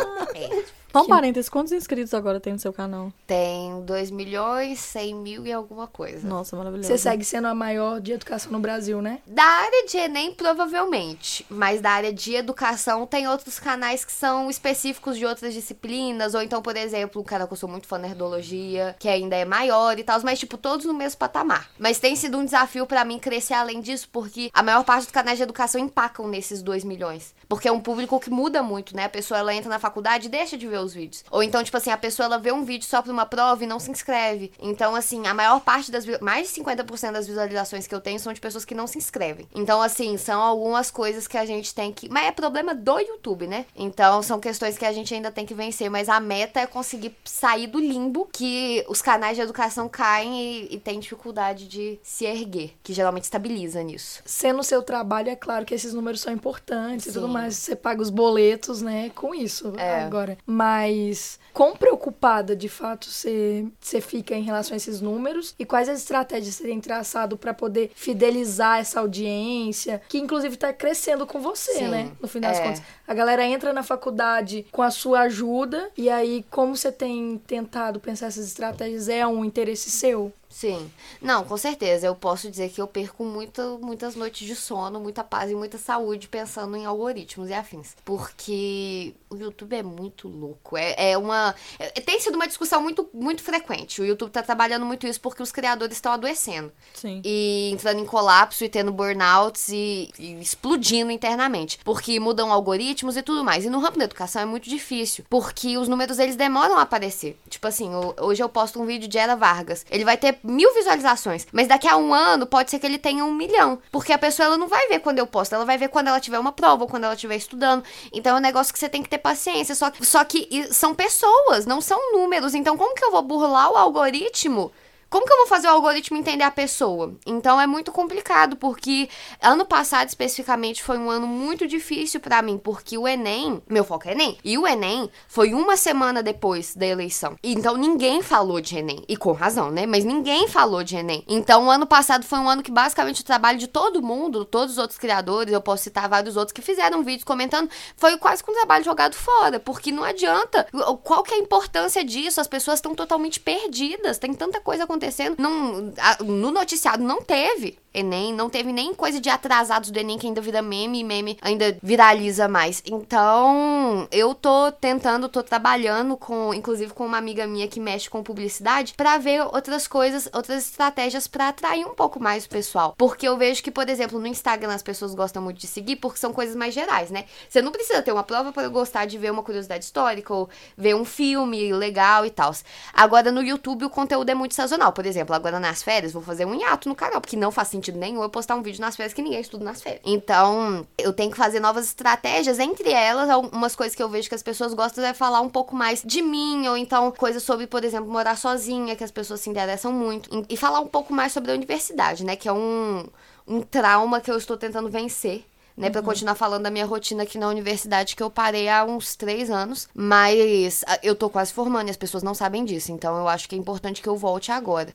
É. Só um parênteses, quantos inscritos agora tem no seu canal? Tem dois milhões, cem mil e alguma coisa. Nossa, maravilhoso. Você segue sendo a maior de educação no Brasil, né? Da área de Enem, provavelmente. Mas da área de educação, tem outros canais que são específicos de outras disciplinas. Ou então, por exemplo, um canal que eu sou muito fã, Nerdologia, que ainda é maior e tal. Mas, tipo, todos no mesmo patamar. Mas tem sido um desafio pra mim crescer além disso, porque a maior parte dos canais de educação empacam nesses dois milhões. Porque é um público que muda muito, né? A pessoa, ela entra na faculdade e deixa de ver os vídeos. Ou então, tipo assim, a pessoa, ela vê um vídeo só pra uma prova e não se inscreve. Então, assim, a maior parte das... mais de cinquenta por cento das visualizações que eu tenho são de pessoas que não se inscrevem. Então, assim, são algumas coisas que a gente tem que... Mas é problema do YouTube, né? Então, são questões que a gente ainda tem que vencer. Mas a meta é conseguir sair do limbo que os canais de educação caem e, e tem dificuldade de se erguer. Que geralmente estabiliza nisso. Sendo o seu trabalho, é claro que esses números são importantes e Sim. tudo mais. Você paga os boletos, né, com isso É. agora. Mas quão preocupada, de fato, você, você fica em relação a esses números? E quais as estratégias você tem traçado para poder fidelizar essa audiência? Que, inclusive, tá crescendo com você, Sim. né? No fim das É. contas. A galera entra na faculdade com a sua ajuda. E aí, como você tem tentado pensar essas estratégias? É um interesse seu? Sim. Não, com certeza. Eu posso dizer que eu perco muito, muitas noites de sono, muita paz e muita saúde pensando em algoritmos e afins. Porque o YouTube é muito louco. É, é uma... É, tem sido uma discussão muito, muito frequente. O YouTube tá trabalhando muito isso porque os criadores estão adoecendo. Sim. E entrando em colapso e tendo burnouts e, e explodindo internamente. Porque mudam algoritmos e tudo mais. E no ramo da educação é muito difícil. Porque os números, eles demoram a aparecer. Tipo assim, hoje eu posto um vídeo de Era Vargas. Ele vai ter mil visualizações, mas daqui a um ano pode ser que ele tenha um milhão, porque a pessoa, ela não vai ver quando eu posto, ela vai ver quando ela tiver uma prova ou quando ela estiver estudando. Então é um negócio que você tem que ter paciência, só que, só que são pessoas, não são números. Então como que eu vou burlar o algoritmo? Como que eu vou fazer o algoritmo entender a pessoa? Então é muito complicado, porque ano passado especificamente foi um ano muito difícil pra mim, porque o Enem, meu foco é Enem, e o Enem foi uma semana depois da eleição. Então ninguém falou de Enem, e com razão, né? Mas ninguém falou de Enem. Então o ano passado foi um ano que basicamente o trabalho de todo mundo, todos os outros criadores, eu posso citar vários outros que fizeram vídeos comentando, foi quase que um trabalho jogado fora, porque não adianta. Qual que é a importância disso? As pessoas estão totalmente perdidas, tem tanta coisa acontecendo. acontecendo. Não, a, no noticiário não teve Enem, não teve nem coisa de atrasados do Enem, que ainda vira meme, e meme ainda viraliza mais. Então, eu tô tentando, tô trabalhando com, inclusive com uma amiga minha que mexe com publicidade, pra ver outras coisas, outras estratégias pra atrair um pouco mais o pessoal. Porque eu vejo que, por exemplo, no Instagram as pessoas gostam muito de seguir, porque são coisas mais gerais, né? Você não precisa ter uma prova pra gostar de ver uma curiosidade histórica, ou ver um filme legal e tal. Agora, no YouTube, o conteúdo é muito sazonal. Por exemplo, agora nas férias, vou fazer um hiato no canal, porque não faz sentido nenhum eu postar um vídeo nas férias que ninguém estuda nas férias. Então, eu tenho que fazer novas estratégias, entre elas, algumas coisas que eu vejo que as pessoas gostam é falar um pouco mais de mim, ou então coisas sobre, por exemplo, morar sozinha, que as pessoas se interessam muito, e falar um pouco mais sobre a universidade, né, que é um, um trauma que eu estou tentando vencer, né, pra continuar falando da minha rotina aqui na universidade, que eu parei há uns três anos, mas eu tô quase formando e as pessoas não sabem disso, então eu acho que é importante que eu volte agora.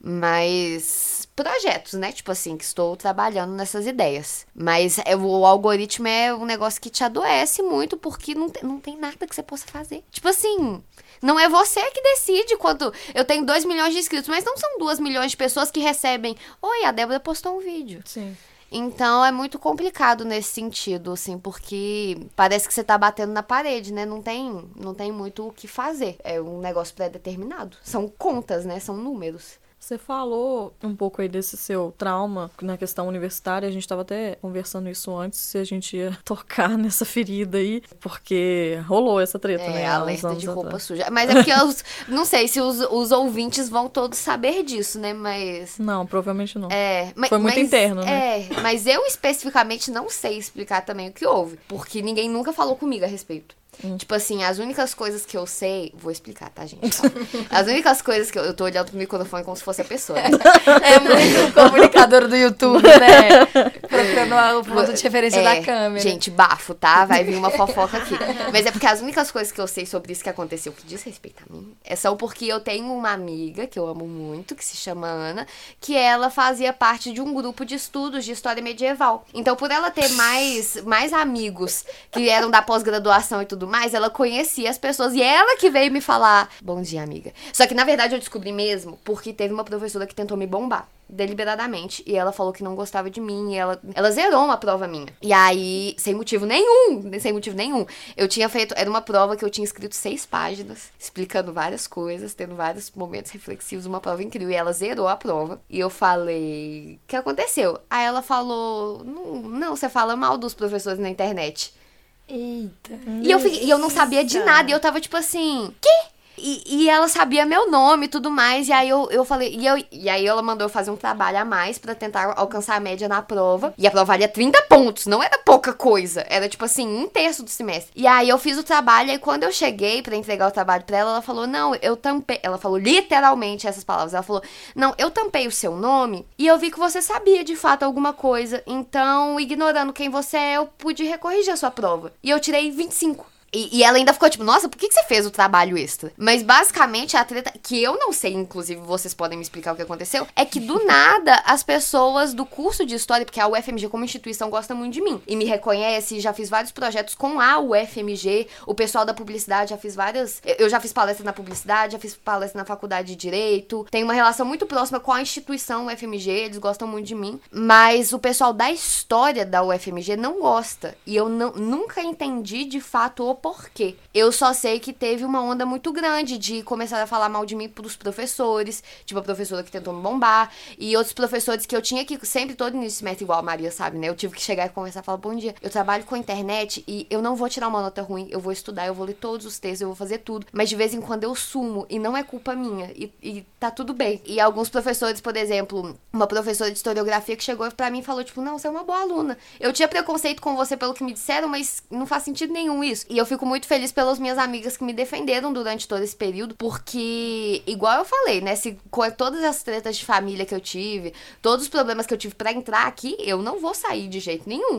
Mas projetos, né, tipo assim, que estou trabalhando nessas ideias. Mas é, o algoritmo é um negócio que te adoece muito, porque não, não tem nada que você possa fazer. Tipo assim, não é você que decide quanto... Eu tenho dois milhões de inscritos, mas não são duas milhões de pessoas que recebem. Oi, a Débora postou um vídeo. Sim. Então, é muito complicado nesse sentido, assim, porque parece que você tá batendo na parede, né? Não tem, não tem muito o que fazer. É um negócio pré-determinado. São contas, né? São números. Você falou um pouco aí desse seu trauma na questão universitária. A gente estava até conversando isso antes, se a gente ia tocar nessa ferida aí, porque rolou essa treta, é, né? Alerta de roupa atrás. Suja. Mas é porque eu não sei se os, os ouvintes vão todos saber disso, né? Mas... Não, provavelmente não. É, mas, Foi muito mas, interno, né? É, mas eu especificamente não sei explicar também o que houve, porque ninguém nunca falou comigo a respeito. Hum. Tipo assim, as únicas coisas que eu sei... Vou explicar, tá, gente? Então, as únicas coisas que eu... Eu tô olhando pro microfone como se fosse a pessoa. Né? É muito comunicador do YouTube, né? Procurando o ponto de referência é, da câmera. Gente, bafo, tá? Vai vir uma fofoca aqui. Mas é porque as únicas coisas que eu sei sobre isso que aconteceu, que diz respeito a mim, é só porque eu tenho uma amiga, que eu amo muito, que se chama Ana, que ela fazia parte de um grupo de estudos de história medieval. Então, por ela ter mais, mais amigos que eram da pós-graduação e tudo mais, ela conhecia as pessoas e ela que veio me falar, bom dia, amiga. Só que, na verdade, eu descobri mesmo porque teve uma professora que tentou me bombar deliberadamente, e ela falou que não gostava de mim, e ela, ela zerou uma prova minha. E aí, sem motivo nenhum, sem motivo nenhum, eu tinha feito, era uma prova que eu tinha escrito seis páginas, explicando várias coisas, tendo vários momentos reflexivos, uma prova incrível, e ela zerou a prova, e eu falei, o que aconteceu? Aí ela falou, não, não, você fala mal dos professores na internet. Eita. E eu, fiquei, e eu não sabia de nada, e eu tava tipo assim, quê? E, e ela sabia meu nome e tudo mais, e aí eu, eu falei, e, eu, e aí ela mandou eu fazer um trabalho a mais pra tentar alcançar a média na prova, e a prova valia trinta pontos, não era pouca coisa, era tipo assim, um terço do semestre. E aí eu fiz o trabalho, e quando eu cheguei pra entregar o trabalho pra ela, ela falou, não, eu tampei, ela falou literalmente essas palavras, ela falou, não, eu tampei o seu nome, e eu vi que você sabia de fato alguma coisa, então, ignorando quem você é, eu pude recorrigir a sua prova. E eu tirei vinte e cinco. E, e ela ainda ficou tipo, nossa, por que, que você fez o trabalho extra? Mas basicamente a treta, que eu não sei, inclusive vocês podem me explicar o que aconteceu, é que do nada as pessoas do curso de história, porque a U F M G como instituição gosta muito de mim, e me reconhece, já fiz vários projetos com a U F M G, o pessoal da publicidade já fiz várias, eu já fiz palestra na publicidade, já fiz palestra na faculdade de Direito, tenho uma relação muito próxima com a instituição U F M G, eles gostam muito de mim, mas o pessoal da história da U F M G não gosta, e eu não, nunca entendi de fato o por quê. Eu só sei que teve uma onda muito grande de começar a falar mal de mim pros professores, tipo a professora que tentou me bombar, e outros professores que eu tinha que, sempre todo início de semestre, igual a Maria sabe, né, eu tive que chegar e conversar e falar, bom dia, eu trabalho com a internet e eu não vou tirar uma nota ruim, eu vou estudar, eu vou ler todos os textos, eu vou fazer tudo, mas de vez em quando eu sumo, e não é culpa minha, e, e tá tudo bem. E alguns professores, por exemplo, uma professora de historiografia que chegou pra mim e falou, tipo, não, você é uma boa aluna, eu tinha preconceito com você pelo que me disseram, mas não faz sentido nenhum isso. E eu fico muito feliz pelas minhas amigas que me defenderam durante todo esse período, porque, igual eu falei, né, se com todas as tretas de família que eu tive, todos os problemas que eu tive pra entrar aqui, eu não vou sair de jeito nenhum.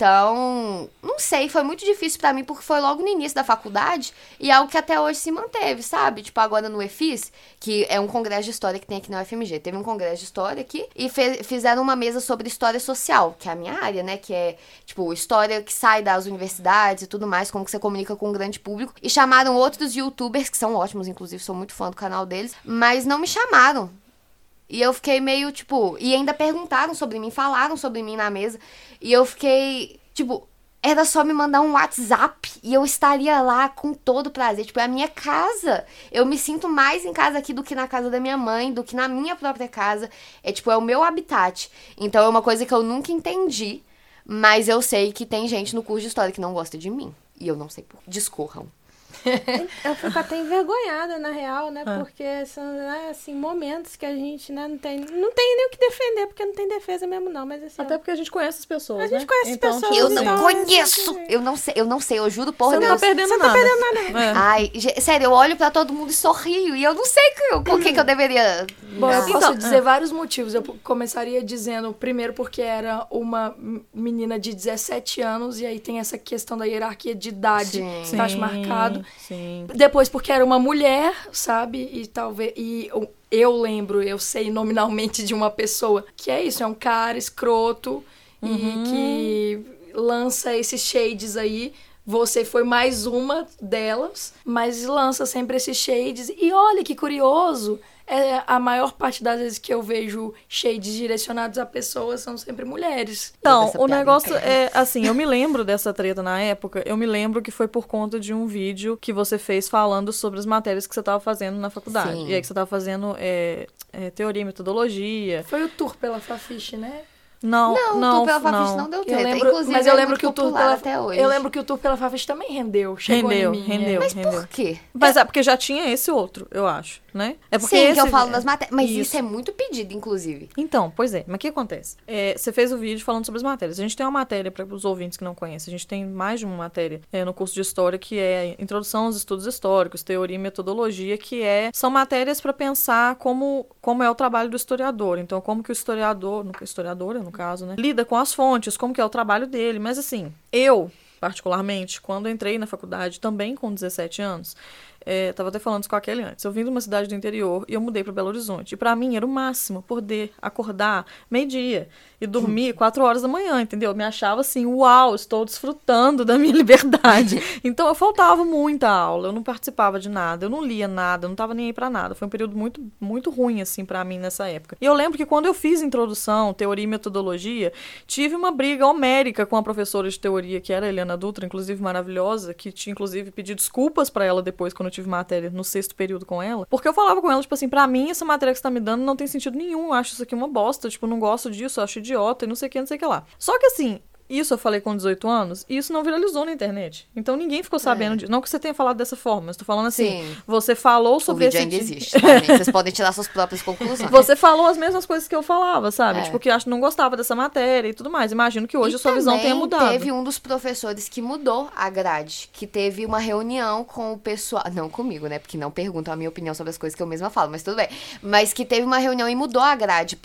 Então, não sei, foi muito difícil pra mim, porque foi logo no início da faculdade, e é algo que até hoje se manteve, sabe? Tipo, agora no EFIS, que é um congresso de história que tem aqui na U F M G, teve um congresso de história aqui, e fe- fizeram uma mesa sobre história social, que é a minha área, né, que é, tipo, história que sai das universidades e tudo mais, como que você comunica com o grande público, e chamaram outros youtubers, que são ótimos, inclusive, sou muito fã do canal deles, mas não me chamaram. E eu fiquei meio, tipo, e ainda perguntaram sobre mim, falaram sobre mim na mesa, e eu fiquei, tipo, era só me mandar um WhatsApp e eu estaria lá com todo prazer. Tipo, é a minha casa. Eu me sinto mais em casa aqui do que na casa da minha mãe, do que na minha própria casa. É, tipo, é o meu habitat. Então, é uma coisa que eu nunca entendi, mas eu sei que tem gente no curso de história que não gosta de mim. E eu não sei por. Discorram. Eu fico até envergonhada, na real, né? É. Porque são, né, assim, momentos que a gente, né, não tem, não tem nem o que defender, porque não tem defesa mesmo, não. Mas, assim, até porque a gente conhece as pessoas, a né? gente conhece então, as pessoas. Eu não então, conheço! Assim, eu não sei, eu não sei, eu juro por Deus. Você não tá perdendo você nada. Você não tá perdendo nada. É. Ai, sério, eu olho pra todo mundo e sorrio, e eu não sei por que, que eu deveria... Bom, eu posso Então, dizer é. vários motivos. Eu começaria dizendo, primeiro, porque era uma menina de dezessete anos, e aí tem essa questão da hierarquia de idade, Sim. que eu acho marcado. Sim. Depois, porque era uma mulher, sabe? E talvez... E eu, eu lembro, eu sei nominalmente de uma pessoa que é isso, é um cara escroto, uhum. e que lança esses shades aí. Você foi mais uma delas, mas lança sempre esses shades. E olha que curioso, é, a maior parte das vezes que eu vejo shades direcionados a pessoas são sempre mulheres. Então, o negócio é, assim, eu me lembro dessa treta na época, eu me lembro que foi por conta de um vídeo que você fez falando sobre as matérias que você estava fazendo na faculdade. Sim. E aí que você estava fazendo é, é, teoria e metodologia. Foi o tour pela Fafiche, né? Não, Não, não, o Tour pela não. Fafiche não deu Eu treta. lembro, Inclusive, mas eu é lembro muito que o Tour popular pela até hoje. eu lembro que o Tour pela Fafiche também rendeu, chegou Rendeu, em mim. rendeu, é. Mas rendeu. por quê? Mas é porque já tinha esse outro, eu acho, né? É porque Sim, esse... que eu falo das matérias. Mas isso. Isso. é muito pedido, inclusive. Então, pois é. Mas o que acontece? É, você fez o vídeo falando sobre as matérias. A gente tem uma matéria, para os ouvintes que não conhecem, a gente tem mais de uma matéria é, no curso de História, que é Introdução aos Estudos Históricos, Teoria e Metodologia, que é, são matérias para pensar como, como é o trabalho do historiador. Então, como que o historiador, no, historiadora, no caso, né, lida com as fontes, como que é o trabalho dele. Mas, assim, eu, particularmente, quando entrei na faculdade, também com dezessete anos, É, tava até falando isso com a Kelly antes. Eu vim de uma cidade do interior e eu mudei para Belo Horizonte. E para mim era o máximo poder acordar meio-dia e dormir quatro horas da manhã, entendeu? Eu me achava assim, uau, estou desfrutando da minha liberdade. Então eu faltava muita aula, eu não participava de nada, eu não lia nada, eu não tava nem aí para nada. Foi um período muito, muito ruim, assim, para mim nessa época. E eu lembro que quando eu fiz introdução, teoria e metodologia, tive uma briga homérica com a professora de teoria, que era a Eliana Dutra, inclusive maravilhosa, que tinha inclusive pedido desculpas para ela depois, quando eu tive matéria no sexto período com ela, porque eu falava com ela, tipo assim, pra mim essa matéria que você tá me dando não tem sentido nenhum, eu acho isso aqui uma bosta, tipo, eu não gosto disso, eu acho idiota e não sei o que, não sei o que lá. Só que assim, isso eu falei com dezoito anos e isso não viralizou na internet. Então ninguém ficou sabendo é. disso. Não que você tenha falado dessa forma, mas tô falando assim, Sim. você falou sobre o vídeo esse... ainda existe, tá, gente? Vocês podem tirar suas próprias conclusões. Você falou as mesmas coisas que eu falava, sabe? É. Tipo, que eu acho que não gostava dessa matéria e tudo mais. Imagino que hoje e a sua visão tenha mudado. Teve um dos professores que mudou a grade, que teve uma reunião com o pessoal, não comigo, né? Porque não perguntam a minha opinião sobre as coisas que eu mesma falo, mas tudo bem. Mas que teve uma reunião e mudou a grade,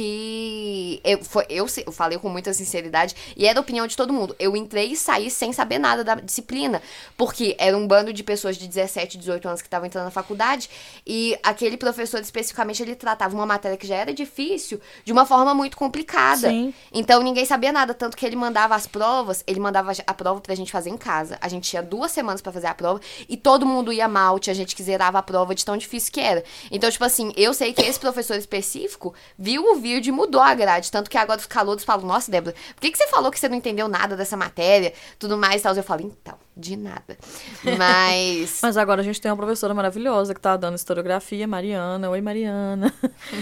porque eu, foi, eu, eu falei com muita sinceridade e era a opinião de todo mundo. Eu entrei e saí sem saber nada da disciplina, porque era um bando de pessoas de dezessete, dezoito anos que estavam entrando na faculdade e aquele professor especificamente, ele tratava uma matéria que já era difícil de uma forma muito complicada. Sim. Então ninguém sabia nada, tanto que ele mandava as provas, ele mandava a prova pra gente fazer em casa. A gente tinha duas semanas pra fazer a prova e todo mundo ia mal, tinha gente que zerava a prova de tão difícil que era. Então, tipo assim, eu sei que esse professor específico viu o vídeo e mudou a grade, tanto que agora os calouros falam, nossa, Débora, por que, que você falou que você não entendeu nada dessa matéria, tudo mais e tal? Eu falo, então, de nada. Mas... Mas agora a gente tem uma professora maravilhosa que tá dando historiografia, Mariana. Oi, Mariana.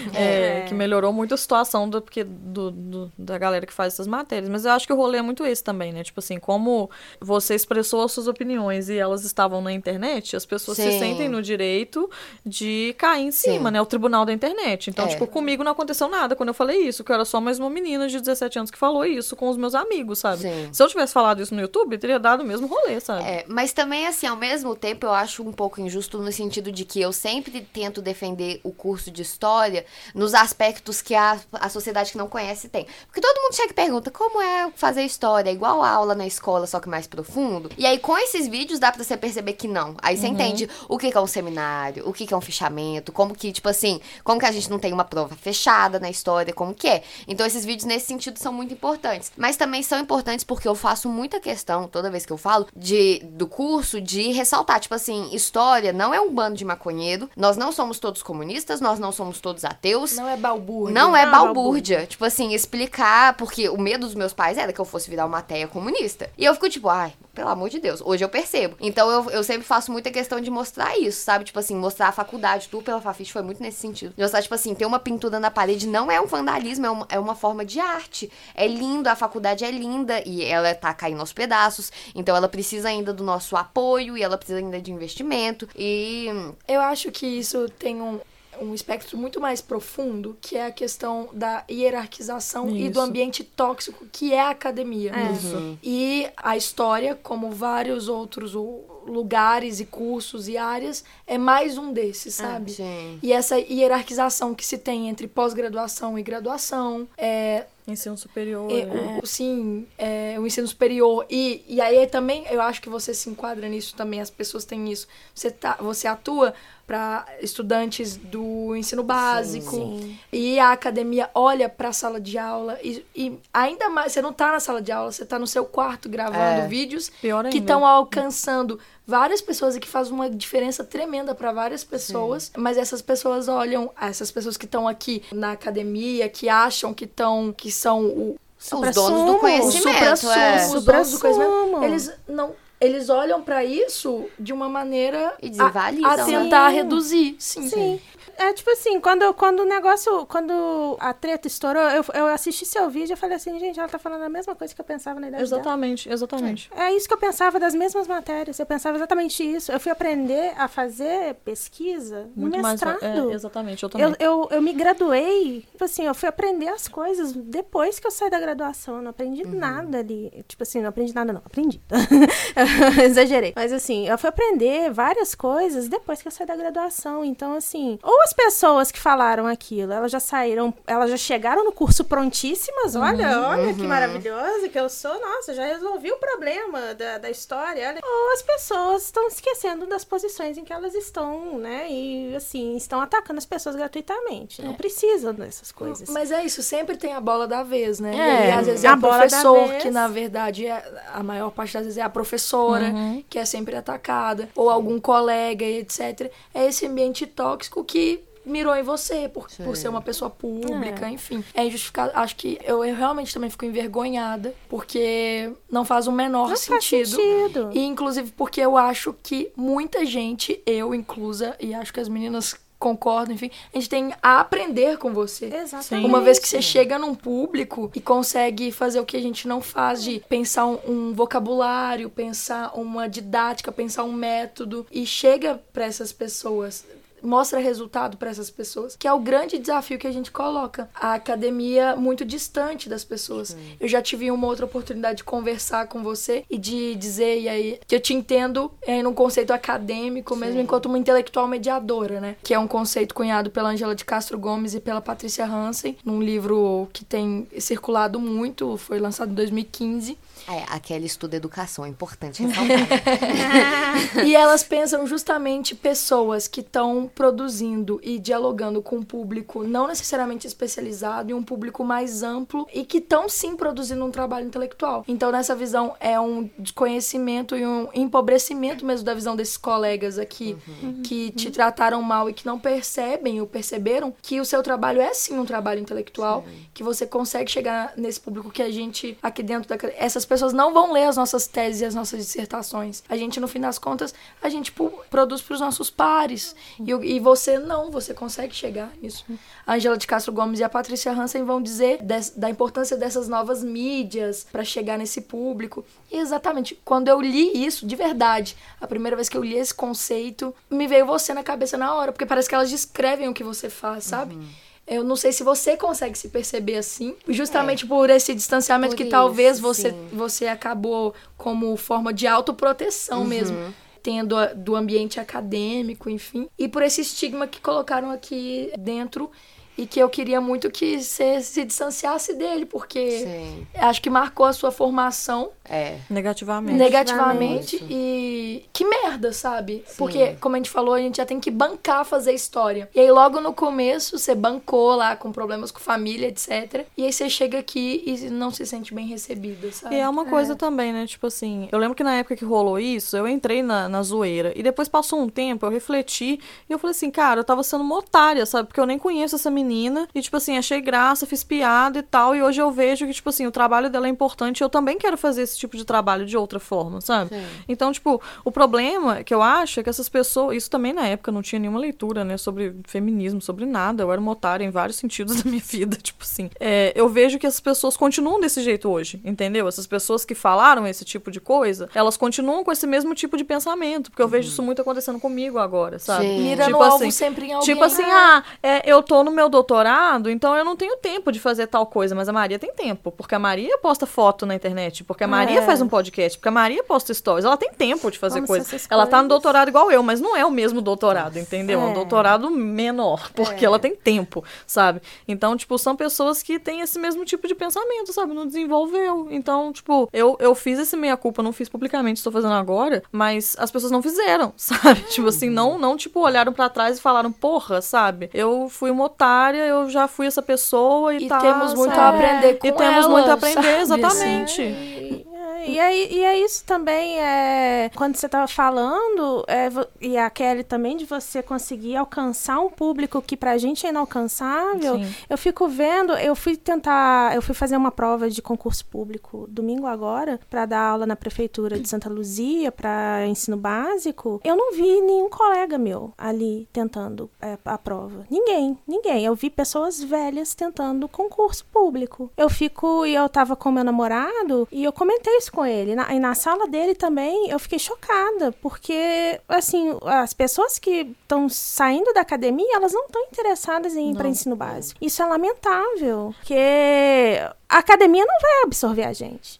É, que melhorou muito a situação do, porque, do, do, da galera que faz essas matérias. Mas eu acho que o rolê é muito esse também, né? Tipo assim, como você expressou as suas opiniões e elas estavam na internet, as pessoas Sim. se sentem no direito de cair em cima, Sim. né? O tribunal da internet. Então, é. tipo, comigo não aconteceu nada quando eu falei isso, que eu era só mais uma menina de dezessete anos que falou isso com os meus amigos, sabe? Sim. Se eu tivesse falado isso no YouTube, teria dado o mesmo rolê, sabe? É, mas também, assim, ao mesmo tempo, eu acho um pouco injusto no sentido de que eu sempre tento defender o curso de História nos aspectos que a, a sociedade que não conhece tem. Porque todo mundo chega e pergunta como é fazer História, igual a aula na escola, só que mais profundo. E aí, com esses vídeos, dá pra você perceber que não. Aí você uhum. entende o que é um seminário, o que é um fichamento, como que, tipo assim, como que a gente não tem uma prova fechada na História, como que é. Então, esses vídeos, nesse sentido, são muito importantes. Mas também são importantes porque eu faço muita questão, toda vez que eu falo, de, do curso, de ressaltar, tipo assim, História não é um bando de maconheiro, nós não somos todos comunistas, nós não somos todos ateus. Não é balbúrdia. Não é não, balbúrdia. balbúrdia. Tipo assim, explicar, porque o medo dos meus pais era que eu fosse virar uma ateia comunista. E eu fico tipo, ai, pelo amor de Deus, hoje eu percebo. Então eu, eu sempre faço muita questão de mostrar isso, sabe? Tipo assim, mostrar a faculdade, tu pela Fafiche foi muito nesse sentido. De mostrar, tipo assim, ter uma pintura na parede não é um vandalismo, é uma, é uma forma de arte. É lindo, a faculdade é linda e ela tá caindo aos pedaços, então ela precisa ainda do nosso apoio e ela precisa ainda de investimento e... Eu acho que isso tem um, um espectro muito mais profundo, que é a questão da hierarquização Isso. e do ambiente tóxico, que é a academia. É. Uhum. E a história, como vários outros lugares e cursos e áreas, é mais um desses, sabe? Sim. E essa hierarquização que se tem entre pós-graduação e graduação, é... Ensino superior. É, né? o, sim, é, o ensino superior. E, e aí também, eu acho que você se enquadra nisso também, as pessoas têm isso. Você, tá, você atua para estudantes do ensino básico. Sim, sim. E a academia olha para a sala de aula. E, e ainda mais, você não tá na sala de aula, você tá no seu quarto gravando é. vídeos Pior ainda. que estão alcançando várias pessoas e que faz uma diferença tremenda para várias pessoas. Sim. Mas essas pessoas olham, essas pessoas que estão aqui na academia, que acham que estão, que são o os donos do conhecimento, o supra-sumo, é. os donos do conhecimento, eles não eles olham pra isso de uma maneira E a, desvalorizam, a né? tentar reduzir. Sim. Sim. É tipo assim, quando, quando o negócio, quando a treta estourou, eu, eu assisti seu vídeo e falei assim, gente, ela tá falando a mesma coisa que eu pensava na idade Exatamente, dela. exatamente. É isso que eu pensava das mesmas matérias, eu pensava exatamente isso. Eu fui aprender a fazer pesquisa Muito no mais. mestrado. É, exatamente, eu também. Eu, eu, eu me graduei, tipo assim, eu fui aprender as coisas depois que eu saí da graduação. Eu não aprendi Uhum. nada ali. Tipo assim, não aprendi nada, não. Aprendi. Exagerei. Mas assim, eu fui aprender várias coisas depois que eu saí da graduação. Então, assim, ou as pessoas que falaram aquilo, elas já saíram, elas já chegaram no curso prontíssimas. Olha, olha que maravilhosa que eu sou. Nossa, já resolvi o problema da, da história. Olha. Ou as pessoas estão esquecendo das posições em que elas estão, né? E, assim, estão atacando as pessoas gratuitamente. Não precisam dessas coisas. Mas é isso, sempre tem a bola da vez, né? É, e aí, às vezes é a o bola da professor, vez. que na verdade é, a maior parte das vezes é a professora, que é sempre atacada, ou algum colega e etcétera. É esse ambiente tóxico que mirou em você por, por ser uma pessoa pública, É. enfim. É injustificado. Acho que eu, eu realmente também fico envergonhada, porque não faz o menor Não faz sentido. sentido. E inclusive porque eu acho que muita gente, eu inclusa, e acho que as meninas concordam, enfim, a gente tem a aprender com você. Exatamente. Uma vez que você chega num público e consegue fazer o que a gente não faz, de pensar um, um vocabulário, pensar uma didática, pensar um método, e chega para essas pessoas, mostra resultado para essas pessoas, que é o grande desafio que a gente coloca. A academia muito distante das pessoas. Sim. Eu já tive uma outra oportunidade de conversar com você e de dizer, e aí, que eu te entendo é, num conceito acadêmico, Sim. mesmo enquanto uma intelectual mediadora, né? Que é um conceito cunhado pela Angela de Castro Gomes e pela Patrícia Hansen, num livro que tem circulado muito, foi lançado em dois mil e quinze. É, aquele estudo educação, é importante ressaltar. E elas pensam justamente pessoas que estão produzindo e dialogando com um público não necessariamente especializado e um público mais amplo e que estão sim produzindo um trabalho intelectual. Então, nessa visão, é um desconhecimento e um empobrecimento mesmo da visão desses colegas aqui uhum. que te trataram mal e que não percebem ou perceberam que o seu trabalho é sim um trabalho intelectual, sim. que você consegue chegar nesse público que a gente, aqui dentro da... Essas pessoas não vão ler as nossas teses e as nossas dissertações. A gente, no fim das contas, a gente pu- produz para os nossos pares. E, e você não, você consegue chegar nisso. A Angela de Castro Gomes e a Patrícia Hansen vão dizer des, da importância dessas novas mídias para chegar nesse público. E exatamente, quando eu li isso, de verdade, a primeira vez que eu li esse conceito, me veio você na cabeça na hora, porque parece que elas descrevem o que você faz, sabe? Uhum. Eu não sei se você consegue se perceber assim, justamente é. por esse distanciamento por que isso, talvez você, você acabou como forma de autoproteção uhum. mesmo, tendo a, do ambiente acadêmico, enfim, e por esse estigma que colocaram aqui dentro e que eu queria muito que você se distanciasse dele, porque Sim. acho que marcou a sua formação. É. Negativamente. Negativamente. Isso. E que merda, sabe? Sim. Porque, como a gente falou, a gente já tem que bancar fazer história. E aí, logo no começo, você bancou lá com problemas com família, etcétera. E aí você chega aqui e não se sente bem recebida, sabe? E é uma coisa é. também, né? Tipo assim, eu lembro que na época que rolou isso, eu entrei na, na zoeira. E depois passou um tempo, eu refleti. E eu falei assim, cara, eu tava sendo uma otária, sabe? Porque eu nem conheço essa menina. E, tipo assim, achei graça, fiz piada e tal. E hoje eu vejo que, tipo assim, o trabalho dela é importante. Eu também quero fazer esse tipo de trabalho de outra forma, sabe? Sim. Então, tipo, o problema que eu acho é que essas pessoas... Isso também na época não tinha nenhuma leitura, né? Sobre feminismo, sobre nada. Eu era uma otária em vários sentidos da minha vida, tipo assim. É, eu vejo que essas pessoas continuam desse jeito hoje, entendeu? Essas pessoas que falaram esse tipo de coisa, elas continuam com esse mesmo tipo de pensamento. Porque eu vejo uhum. isso muito acontecendo comigo agora, sabe? Sim. Mira tipo no assim, alvo sempre em alguém. Tipo assim, ah, é, eu tô no meu doutorado, então eu não tenho tempo de fazer tal coisa, mas a Maria tem tempo, porque a Maria posta foto na internet, porque a Maria é. faz um podcast, porque a Maria posta stories, ela tem tempo de fazer coisa. Ela tá no doutorado igual eu, mas não é o mesmo doutorado, entendeu? É um doutorado menor, porque é. ela tem tempo, sabe? Então, tipo, são pessoas que têm esse mesmo tipo de pensamento, sabe? Não desenvolveu. Então, tipo, eu, eu fiz esse meia-culpa, não fiz publicamente, estou fazendo agora, mas as pessoas não fizeram, sabe? Tipo assim, não, não tipo, olharam pra trás e falaram, porra, sabe? Eu fui uma otária, eu já fui essa pessoa e, e tá, temos muito sabe? a aprender com E temos ela, muito a aprender, sabe? exatamente. Assim. E é, e é isso também, é, quando você tava falando, é, e a Kelly também, de você conseguir alcançar um público que pra gente é inalcançável. Sim. Eu fico vendo, eu fui tentar, eu fui fazer uma prova de concurso público domingo agora, pra dar aula na prefeitura de Santa Luzia, pra ensino básico. Eu não vi nenhum colega meu ali tentando é, a prova. Ninguém, ninguém. Eu vi pessoas velhas tentando concurso público. Eu fico, e eu tava com meu namorado, e eu comentei isso com ele. Na, e na sala dele também, eu fiquei chocada, porque, assim, as pessoas que estão saindo da academia, elas não estão interessadas em ir para ensino básico. Isso é lamentável, porque a academia não vai absorver a gente.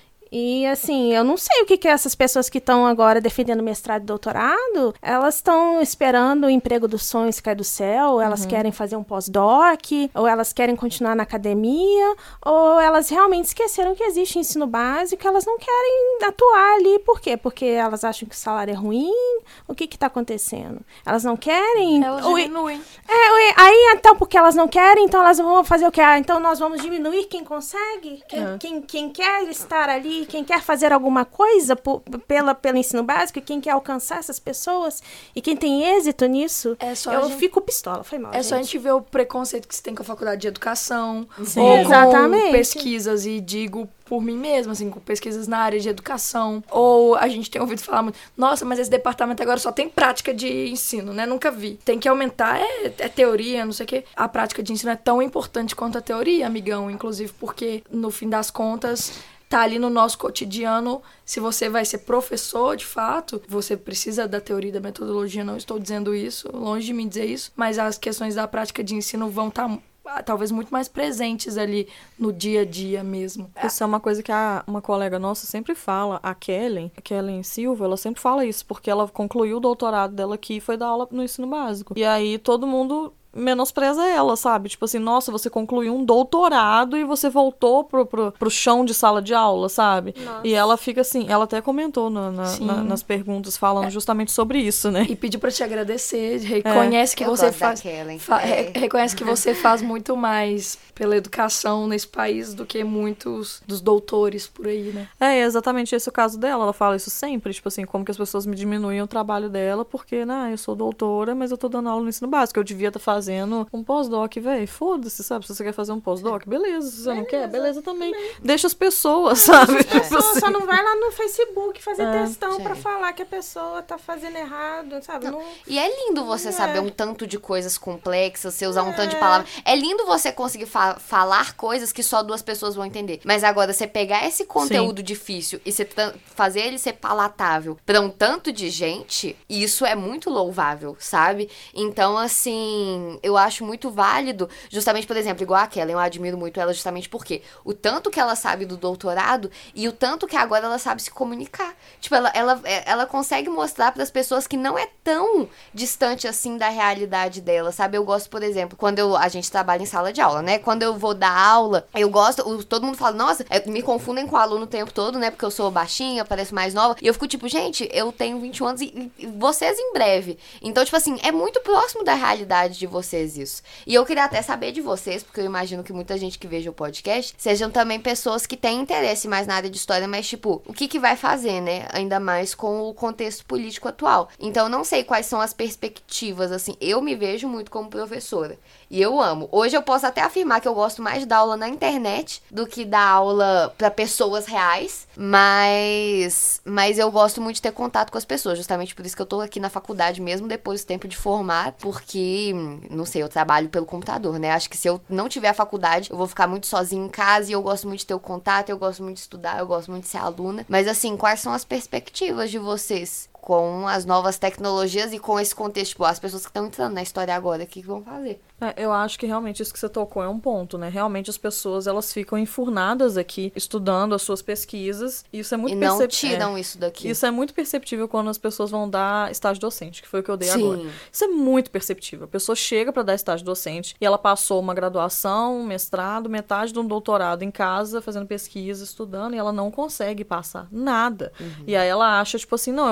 E, assim, eu não sei o que, que essas pessoas que estão agora defendendo mestrado e doutorado, elas estão esperando o emprego dos sonhos cair do céu, elas uhum. querem fazer um pós-doc, ou elas querem continuar na academia, ou elas realmente esqueceram que existe ensino básico, elas não querem atuar ali. Por quê? Porque elas acham que o salário é ruim? O que que tá acontecendo? Elas não querem? Elas diminuem. É, aí, então, porque elas não querem, então elas vão fazer o quê? Ah, então nós vamos diminuir quem consegue? Quem, uhum. quem, quem quer estar ali? Quem quer fazer alguma coisa por, pela, pelo ensino básico, quem quer alcançar essas pessoas e quem tem êxito nisso, é só eu gente, fico pistola, foi mal, É gente. só a gente ver o preconceito que se tem com a faculdade de educação, Sim. ou Exatamente. com pesquisas, e digo por mim mesma, assim, com pesquisas na área de educação, ou a gente tem ouvido falar muito, nossa, mas esse departamento agora só tem prática de ensino, né, nunca vi. Tem que aumentar, é, é teoria, não sei o quê. A prática de ensino é tão importante quanto a teoria, amigão, inclusive porque, no fim das contas, tá ali no nosso cotidiano. Se você vai ser professor, de fato, você precisa da teoria e da metodologia, não estou dizendo isso, longe de mim dizer isso, mas as questões da prática de ensino vão estar talvez muito mais presentes ali no dia a dia mesmo. Isso é uma coisa que a, uma colega nossa sempre fala, a Kelly, a Kelly Silva, ela sempre fala isso, porque ela concluiu o doutorado dela aqui e foi dar aula no ensino básico. E aí todo mundo menospreza ela, sabe? Tipo assim, nossa, você concluiu um doutorado e você voltou pro, pro, pro chão de sala de aula, sabe? Nossa. E ela fica assim, ela até comentou na, na, na, nas perguntas falando é. justamente sobre isso, né? E pediu pra te agradecer, reconhece é. que Eu você gosto faz... Fa é. Reconhece que você faz muito mais pela educação nesse país do que muitos dos doutores por aí, né? É, exatamente esse é o caso dela, ela fala isso sempre, tipo assim, como que as pessoas me diminuem o trabalho dela, porque, né, eu sou doutora, mas eu tô dando aula no ensino básico, eu devia estar fazendo fazendo um pós-doc, velho, foda-se, sabe? Se você quer fazer um pós-doc, beleza. Se você beleza, não quer, beleza também. também. Deixa as pessoas, sabe? As pessoas só não vai lá no Facebook fazer é, textão gente. pra falar que a pessoa tá fazendo errado, sabe? Não. Não... E é lindo você é. saber um tanto de coisas complexas, você usar é. um tanto de palavras. É lindo você conseguir fa falar coisas que só duas pessoas vão entender. Mas agora, você pegar esse conteúdo Sim. difícil e você fazer ele ser palatável pra um tanto de gente, isso é muito louvável, sabe? Então, assim, eu acho muito válido, justamente, por exemplo, igual a Kelly, eu admiro muito ela justamente porque o tanto que ela sabe do doutorado e o tanto que agora ela sabe se comunicar. Tipo, ela, ela, ela consegue mostrar pras pessoas que não é tão distante assim da realidade dela, sabe? Eu gosto, por exemplo, quando eu, a gente trabalha em sala de aula, né? Quando eu vou dar aula, eu gosto, todo mundo fala, nossa, me confundem com o aluno o tempo todo, né? Porque eu sou baixinha, pareço mais nova. E eu fico tipo, gente, eu tenho vinte e um anos e, e vocês em breve. Então, tipo assim, é muito próximo da realidade de vocês isso. E eu queria até saber de vocês, porque eu imagino que muita gente que veja o podcast sejam também pessoas que têm interesse mais na área de história, mas tipo, o que que vai fazer, né? Ainda mais com o contexto político atual. Então, eu não sei quais são as perspectivas, assim, eu me vejo muito como professora. E eu amo. Hoje eu posso até afirmar que eu gosto mais de dar aula na internet do que dar aula pra pessoas reais, mas, mas eu gosto muito de ter contato com as pessoas, justamente por isso que eu tô aqui na faculdade mesmo depois do tempo de formar, porque, não sei, eu trabalho pelo computador, né? Acho que se eu não tiver a faculdade, eu vou ficar muito sozinha em casa e eu gosto muito de ter o contato, eu gosto muito de estudar, eu gosto muito de ser aluna. Mas assim, quais são as perspectivas de vocês com as novas tecnologias e com esse contexto, tipo, as pessoas que estão entrando na história agora, o que, que vão fazer? É, eu acho que realmente isso que você tocou é um ponto, né? Realmente as pessoas, elas ficam enfurnadas aqui, estudando as suas pesquisas, e isso é muito perceptível. E não tiram é, isso daqui. Isso é muito perceptível quando as pessoas vão dar estágio docente, que foi o que eu dei Sim. agora. Isso é muito perceptível. A pessoa chega para dar estágio docente e ela passou uma graduação, um mestrado, metade de um doutorado em casa, fazendo pesquisa, estudando, e ela não consegue passar nada. Uhum. E aí ela acha, tipo assim, não, eu vou dar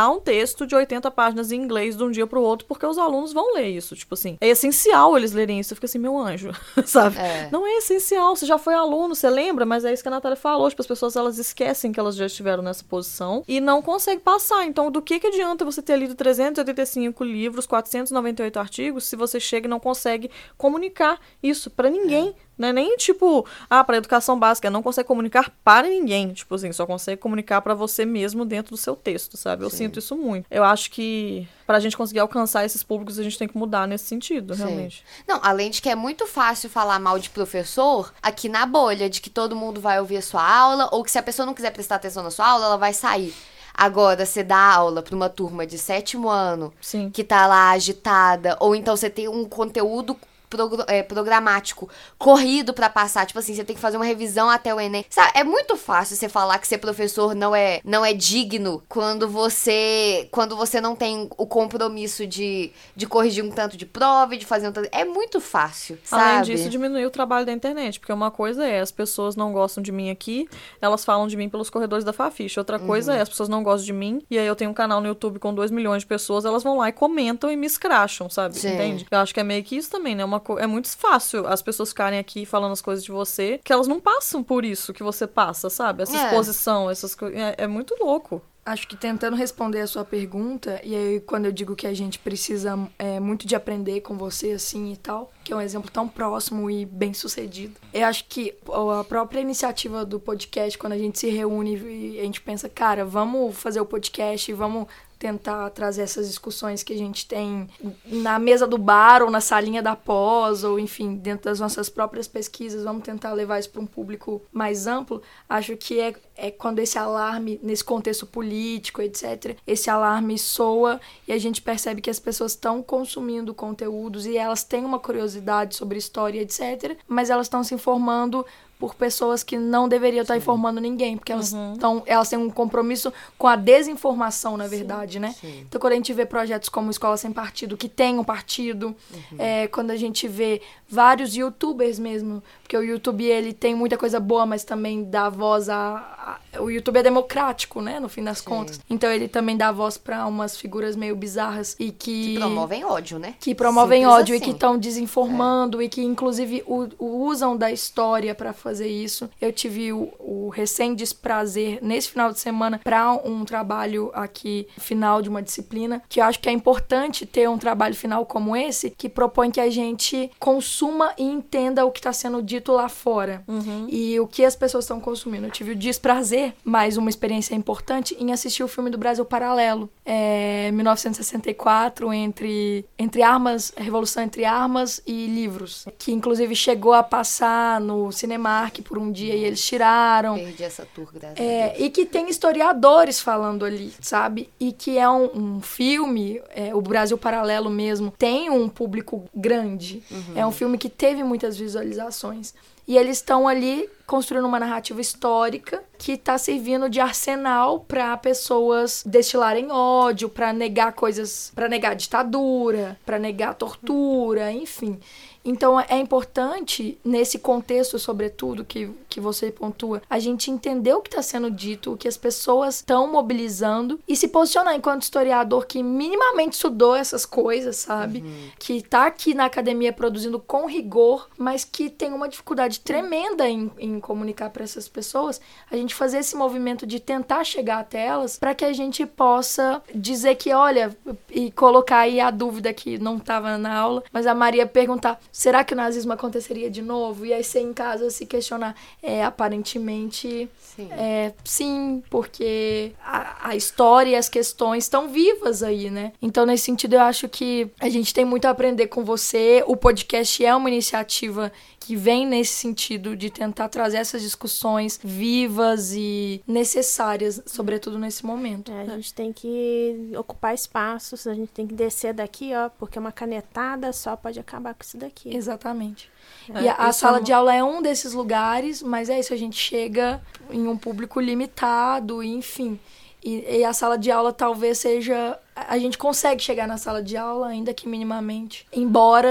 dá um texto de oitenta páginas em inglês de um dia pro outro, porque os alunos vão ler isso. Tipo assim, é essencial eles lerem isso. Eu fico assim, meu anjo, sabe? É. Não é essencial, você já foi aluno, você lembra? Mas é isso que a Natália falou. Tipo, as pessoas, elas esquecem que elas já estiveram nessa posição e não conseguem passar. Então, do que que adianta você ter lido trezentos e oitenta e cinco livros, quatrocentos e noventa e oito artigos, se você chega e não consegue comunicar isso pra ninguém? É. Não é nem, tipo, ah, pra educação básica, não consegue comunicar para ninguém. Tipo assim, só consegue comunicar pra você mesmo dentro do seu texto, sabe? Eu Sim. sinto isso muito. Eu acho que pra gente conseguir alcançar esses públicos, a gente tem que mudar nesse sentido, Sim. realmente. Não, além de que é muito fácil falar mal de professor aqui na bolha, de que todo mundo vai ouvir a sua aula, ou que se a pessoa não quiser prestar atenção na sua aula, ela vai sair. Agora, você dá aula pra uma turma de sétimo ano, Sim. que tá lá agitada, ou então você tem um conteúdo Progr- é, programático, corrido pra passar, tipo assim, você tem que fazer uma revisão até o Enem. Sabe, é muito fácil você falar que ser professor não é, não é digno quando você quando você não tem o compromisso de, de corrigir um tanto de prova e de fazer um tanto... É muito fácil, sabe? Além disso, diminuir o trabalho da internet, porque uma coisa é, as pessoas não gostam de mim aqui, elas falam de mim pelos corredores da Fafiche. Outra uhum. coisa é, as pessoas não gostam de mim, e aí eu tenho um canal no YouTube com dois milhões de pessoas, elas vão lá e comentam e me escracham, sabe? Sim. Entende? Eu acho que é meio que isso também, né? Uma É muito fácil as pessoas ficarem aqui falando as coisas de você, que elas não passam por isso que você passa, sabe? Essa é. exposição, essas coisas. É, é muito louco. Acho que tentando responder a sua pergunta, e aí quando eu digo que a gente precisa é, muito de aprender com você, assim, e tal, que é um exemplo tão próximo e bem sucedido. Eu acho que a própria iniciativa do podcast, quando a gente se reúne e a gente pensa, cara, vamos fazer o podcast, vamos tentar trazer essas discussões que a gente tem na mesa do bar ou na salinha da pós, ou enfim, dentro das nossas próprias pesquisas, vamos tentar levar isso para um público mais amplo. Acho que é, é quando esse alarme, nesse contexto político, etcétera, esse alarme soa e a gente percebe que as pessoas estão consumindo conteúdos e elas têm uma curiosidade sobre história, etcétera, mas elas estão se informando por pessoas que não deveriam estar Sim. informando ninguém, porque elas, uhum. tão, elas têm um compromisso com a desinformação, na verdade, Sim. né? Sim. Então, quando a gente vê projetos como Escola Sem Partido, que tem um partido, uhum. é, quando a gente vê vários youtubers mesmo, porque o YouTube, ele tem muita coisa boa, mas também dá voz a... a o YouTube é democrático, né? No fim das Sim. contas. Então, ele também dá voz pra umas figuras meio bizarras e que... Que promovem ódio, né? Que promovem Simples ódio assim. E que estão desinformando é. E que, inclusive, o, o usam da história pra fazer isso. Eu tive o, o recém-desprazer nesse final de semana para um trabalho aqui, final de uma disciplina, que eu acho que é importante ter um trabalho final como esse, que propõe que a gente consuma e entenda o que está sendo dito lá fora. Uhum. E o que as pessoas estão consumindo. Eu tive o desprazer, mais uma experiência importante, em assistir o filme do Brasil Paralelo. É, mil novecentos e sessenta e quatro, entre, entre armas, Revolução entre Armas e Livros, que inclusive chegou a passar no Cinemark por um dia e eles tiraram. Perdi essa tour, graças é, a Deus. E que tem historiadores falando ali, sabe? E que é um, um filme, é, o Brasil Paralelo mesmo, tem um público grande. Uhum. É um filme que teve muitas visualizações. E eles estão ali construindo uma narrativa histórica que está servindo de arsenal para pessoas destilarem ódio, para negar coisas, para negar a ditadura, para negar a tortura, enfim. Então, é importante, nesse contexto, sobretudo, que, que você pontua, a gente entender o que está sendo dito, o que as pessoas estão mobilizando e se posicionar enquanto historiador que minimamente estudou essas coisas, sabe? Uhum. Que está aqui na academia produzindo com rigor, mas que tem uma dificuldade tremenda em, em comunicar para essas pessoas. A gente fazer esse movimento de tentar chegar até elas para que a gente possa dizer que, olha, e colocar aí a dúvida que não estava na aula, mas a Maria perguntar, será que o nazismo aconteceria de novo? E aí você em casa se questionar. É, aparentemente, sim, é, sim porque a, a história e as questões estão vivas aí, né? Então, nesse sentido, eu acho que a gente tem muito a aprender com você. O podcast é uma iniciativa que vem nesse sentido de tentar trazer essas discussões vivas e necessárias, sobretudo nesse momento. É, a gente tem que ocupar espaços, a gente tem que descer daqui, ó, porque uma canetada só pode acabar com isso daqui. Exatamente. É, e a, a sala é um... de aula é um desses lugares, mas é isso, a gente chega em um público limitado, enfim. E, e a sala de aula talvez seja... A gente consegue chegar na sala de aula, ainda que minimamente. Embora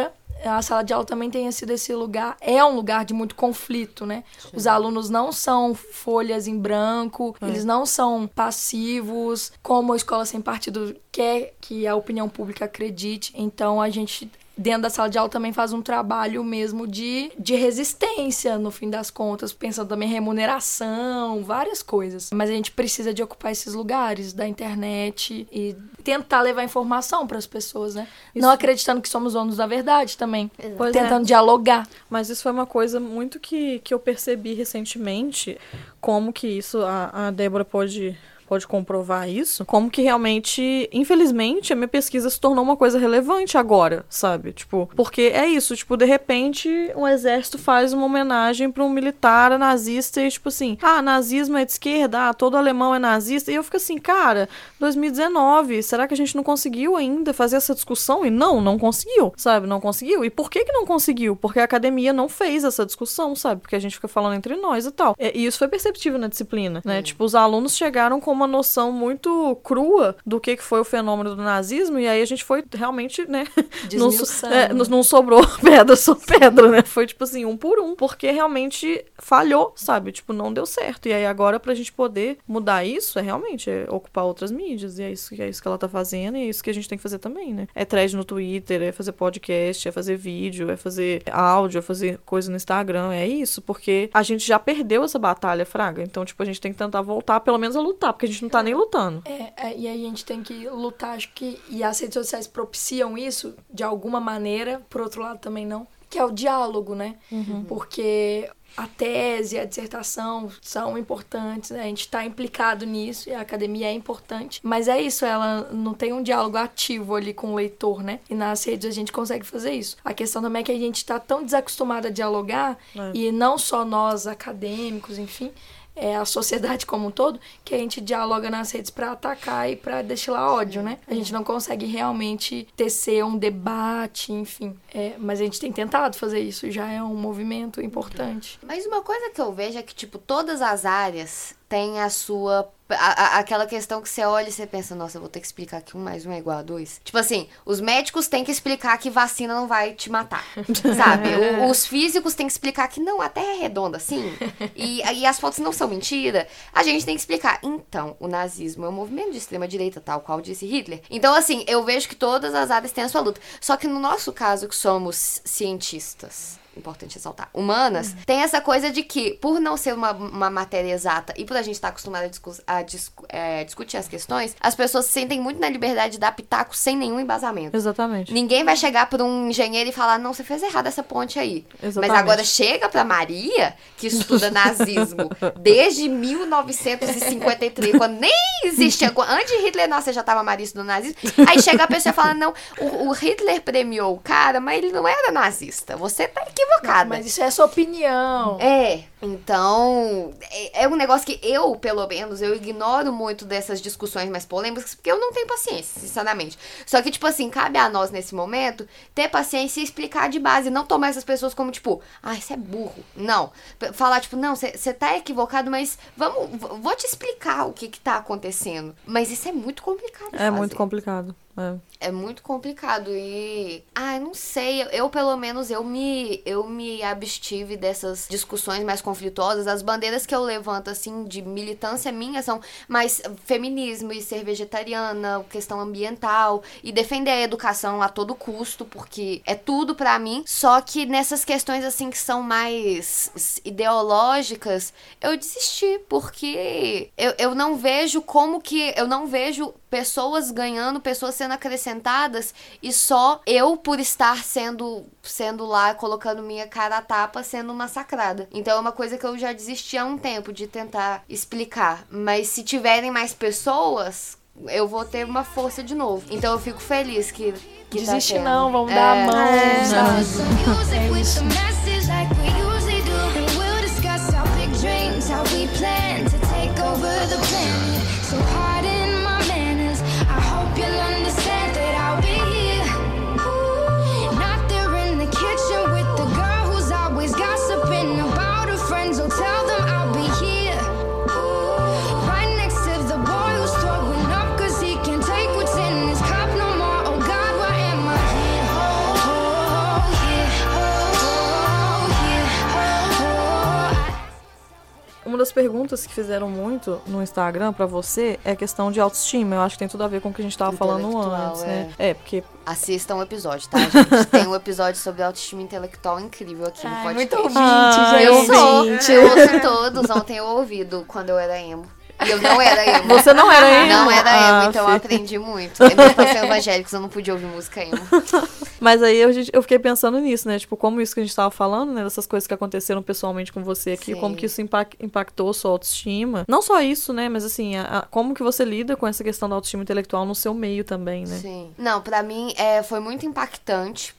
a sala de aula também tenha sido esse lugar, é um lugar de muito conflito, né? Sim. Os alunos não são folhas em branco, é. eles não são passivos, como a Escola Sem Partido quer que a opinião pública acredite. Então, a gente... dentro da sala de aula também faz um trabalho mesmo de, de resistência, no fim das contas, pensando também em remuneração, várias coisas. Mas a gente precisa de ocupar esses lugares da internet e tentar levar informação para as pessoas, né? Isso. Não acreditando que somos donos da verdade também. Pois tentando é. dialogar. Mas isso foi uma coisa muito que, que eu percebi recentemente, como que isso, a, a Débora pode... pode comprovar isso, como que realmente, infelizmente, a minha pesquisa se tornou uma coisa relevante agora, sabe? Tipo, porque é isso, tipo, de repente, um exército faz uma homenagem pra um militar nazista e, tipo assim, ah, nazismo é de esquerda, ah, todo alemão é nazista, e eu fico assim, cara, dois mil e dezenove, será que a gente não conseguiu ainda fazer essa discussão? E não, não conseguiu, sabe? Não conseguiu. E por que que não conseguiu? Porque a academia não fez essa discussão, sabe? Porque a gente fica falando entre nós e tal. E isso foi perceptível na disciplina, né? Hum. Tipo, os alunos chegaram com uma noção muito crua do que foi o fenômeno do nazismo, e aí a gente foi realmente, né, não, é, não sobrou pedra, só pedra, né, foi tipo assim, um por um, porque realmente falhou, sabe, tipo, não deu certo, e aí agora pra gente poder mudar isso, é realmente é ocupar outras mídias, e é isso, é isso que ela tá fazendo, e é isso que a gente tem que fazer também, né, é thread no Twitter, é fazer podcast, é fazer vídeo, é fazer áudio, é fazer coisa no Instagram, é isso, porque a gente já perdeu essa batalha, fraga, então, tipo, a gente tem que tentar voltar, pelo menos a lutar, porque a gente não tá nem lutando. É, é, e aí a gente tem que lutar, acho que, e as redes sociais propiciam isso, de alguma maneira, por outro lado também não, que é o diálogo, né? Uhum. Porque a tese, a dissertação são importantes, né? A gente tá implicado nisso, e a academia é importante, mas é isso, ela não tem um diálogo ativo ali com o leitor, né? E nas redes a gente consegue fazer isso. A questão também é que a gente tá tão desacostumado a dialogar, é. e não só nós, acadêmicos, enfim, é a sociedade como um todo, que a gente dialoga nas redes para atacar e para destilar ódio, né? A gente não consegue realmente tecer um debate, enfim. É, mas a gente tem tentado fazer isso, já é um movimento importante. Mas uma coisa que eu vejo é que, tipo, todas as áreas têm a sua... A, a, aquela questão que você olha e você pensa, nossa, eu vou ter que explicar que um mais um é igual a dois. Tipo assim, os médicos têm que explicar que vacina não vai te matar, sabe? O, os físicos têm que explicar que não, a Terra é redonda, sim. E, e as fotos não são mentira. A gente tem que explicar. Então, o nazismo é um movimento de extrema-direita, tal qual disse Hitler. Então, assim, eu vejo que todas as áreas têm a sua luta. Só que no nosso caso, que somos cientistas... importante ressaltar, humanas, uhum. tem essa coisa de que, por não ser uma, uma matéria exata e por a gente estar acostumado a, discu a discu é, discutir as questões, as pessoas se sentem muito na liberdade de dar pitaco sem nenhum embasamento. Exatamente. Ninguém vai chegar para um engenheiro e falar, não, você fez errado essa ponte aí. Exatamente. Mas agora chega pra Maria, que estuda nazismo desde mil novecentos e cinquenta e três, quando nem existia, antes de Hitler nascer já tava Maria estudando nazismo, aí chega a pessoa e fala, não, o, o Hitler premiou o cara, mas ele não era nazista, você tá equivocado. Equivocada. Mas isso é a sua opinião. É, então é, é um negócio que eu, pelo menos, eu ignoro muito dessas discussões mais polêmicas, porque eu não tenho paciência, sinceramente. Só que, tipo assim, cabe a nós, nesse momento, ter paciência e explicar de base, não tomar essas pessoas como, tipo, ah, você é burro. Não. Falar, tipo, não, você tá equivocado, mas vamos, vou te explicar o que que tá acontecendo. Mas isso é muito complicado de É fazer. muito complicado. É. É muito complicado e... Ah, eu não sei, eu, eu pelo menos eu me, eu me abstive dessas discussões mais conflituosas. As bandeiras que eu levanto, assim, de militância minha são mais feminismo e ser vegetariana, questão ambiental e defender a educação a todo custo, porque é tudo pra mim. Só que nessas questões, assim, que são mais ideológicas, eu desisti, porque eu, eu não vejo como que... Eu não vejo pessoas ganhando, pessoas sendo acrescentadas e só eu, por estar sendo, sendo lá, colocando minha cara a tapa, sendo massacrada. Então é uma coisa que eu já desisti há um tempo de tentar explicar. Mas se tiverem mais pessoas, eu vou ter uma força de novo. Então eu fico feliz que, que Desiste tá não, vamos é. dar a mão. É. perguntas que fizeram muito no Instagram pra você é questão de autoestima. Eu acho que tem tudo a ver com o que a gente tava falando antes, é. né? É, porque... Assistam um episódio, tá, gente? Tem um episódio sobre autoestima intelectual incrível aqui no Ai, podcast. muito ouvinte, ah, gente. Eu sou, eu ouço todos. Ontem eu ouvi do quando eu era emo. E eu não era emo. Você não era emo? Não era emo, ah, então filho. eu aprendi muito. E meus pais são evangélicos, eu não podia ouvir música emo. Mas aí eu, eu fiquei pensando nisso, né? Tipo, como isso que a gente tava falando, né? Dessas coisas que aconteceram pessoalmente com você aqui, Sim. como que isso impact, impactou sua autoestima. Não só isso, né? Mas assim, a, a, como que você lida com essa questão da autoestima intelectual no seu meio também, né? Sim. Não, pra mim é, foi muito impactante,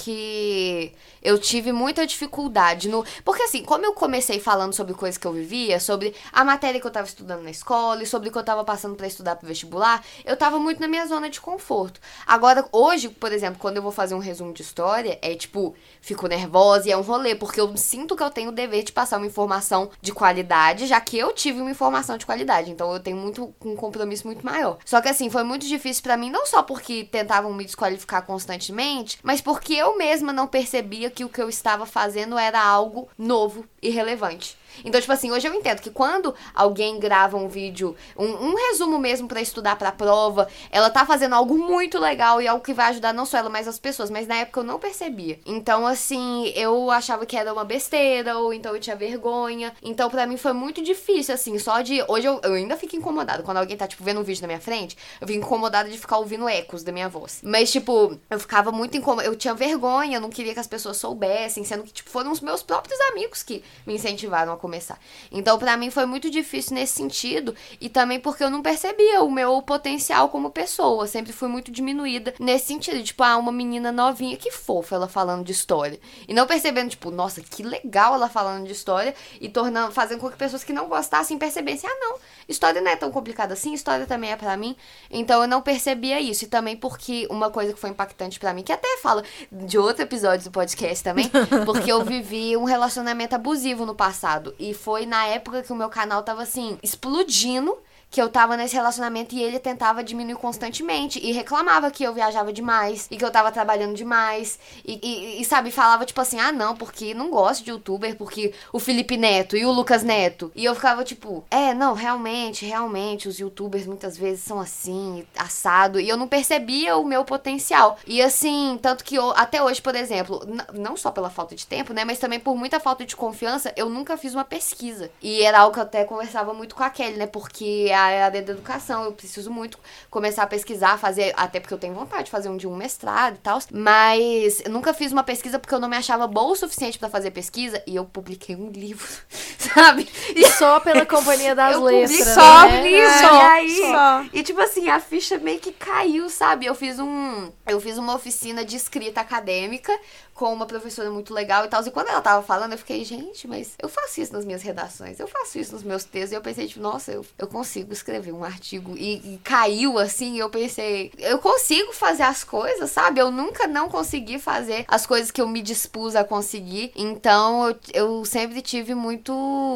porque eu tive muita dificuldade no... Porque assim, como eu comecei falando sobre coisas que eu vivia, sobre a matéria que eu tava estudando na escola e sobre o que eu tava passando pra estudar pro vestibular, eu tava muito na minha zona de conforto. Agora, hoje, por exemplo, quando eu vou fazer um resumo de história, é tipo, fico nervosa e é um rolê, porque eu sinto que eu tenho o dever de passar uma informação de qualidade, já que eu tive uma informação de qualidade, então eu tenho muito um compromisso muito maior. Só que assim, foi muito difícil pra mim, não só porque tentavam me desqualificar constantemente, mas porque eu mesma não percebia que o que eu estava fazendo era algo novo e relevante. Então, tipo assim, hoje eu entendo que quando alguém grava um vídeo, um, um resumo mesmo pra estudar pra prova, ela tá fazendo algo muito legal e algo que vai ajudar não só ela, mas as pessoas. Mas na época eu não percebia. Então, assim, eu achava que era uma besteira, ou então eu tinha vergonha. Então, pra mim foi muito difícil, assim, só de... Hoje eu, eu ainda fico incomodada. Quando alguém tá, tipo, vendo um vídeo na minha frente, eu fico incomodada de ficar ouvindo ecos da minha voz. Mas, tipo, eu ficava muito incomodada. Eu tinha vergonha, eu não queria que as pessoas soubessem, sendo que, tipo, foram os meus próprios amigos que me incentivaram a começar. Então, pra mim, foi muito difícil nesse sentido, e também porque eu não percebia o meu potencial como pessoa. Sempre fui muito diminuída nesse sentido. Tipo, ah, uma menina novinha, que fofa ela falando de história. E não percebendo, tipo, nossa, que legal ela falando de história, e tornando, fazendo com que pessoas que não gostassem percebessem, ah, não, história não é tão complicada assim, história também é pra mim. Então, eu não percebia isso. E também porque uma coisa que foi impactante pra mim, que até falo de outro episódio do podcast também, porque eu vivi um relacionamento abusivo no passado, e foi Foi na época que o meu canal tava, assim, explodindo, que eu tava nesse relacionamento e ele tentava diminuir constantemente e reclamava que eu viajava demais e que eu tava trabalhando demais e, e, e sabe, falava tipo assim, ah não, porque não gosto de youtuber, porque o Felipe Neto e o Lucas Neto. E eu ficava tipo, é, não, realmente, realmente, os youtubers muitas vezes são assim, assado, e eu não percebia o meu potencial. E assim, tanto que eu, até hoje, por exemplo, n- não só pela falta de tempo, né, mas também por muita falta de confiança, eu nunca fiz uma pesquisa. E era algo que eu até conversava muito com a Kelly, né, porque a área da educação, eu preciso muito começar a pesquisar, fazer, até porque eu tenho vontade de fazer um de um mestrado e tal, mas eu nunca fiz uma pesquisa porque eu não me achava boa o suficiente pra fazer pesquisa, e eu publiquei um livro, sabe? E só pela Companhia das eu Letras, publiquei só né? um livro, É, e aí, só. e tipo assim, a ficha meio que caiu, sabe? Eu fiz um, eu fiz uma oficina de escrita acadêmica com uma professora muito legal e tal, e quando ela tava falando, eu fiquei, gente, mas eu faço isso nas minhas redações, eu faço isso nos meus textos, e eu pensei, tipo, nossa, eu, eu consigo escrever um artigo, e, e caiu, assim, e eu pensei, eu consigo fazer as coisas, sabe? Eu nunca não consegui fazer as coisas que eu me dispus a conseguir, então eu, eu sempre tive muito...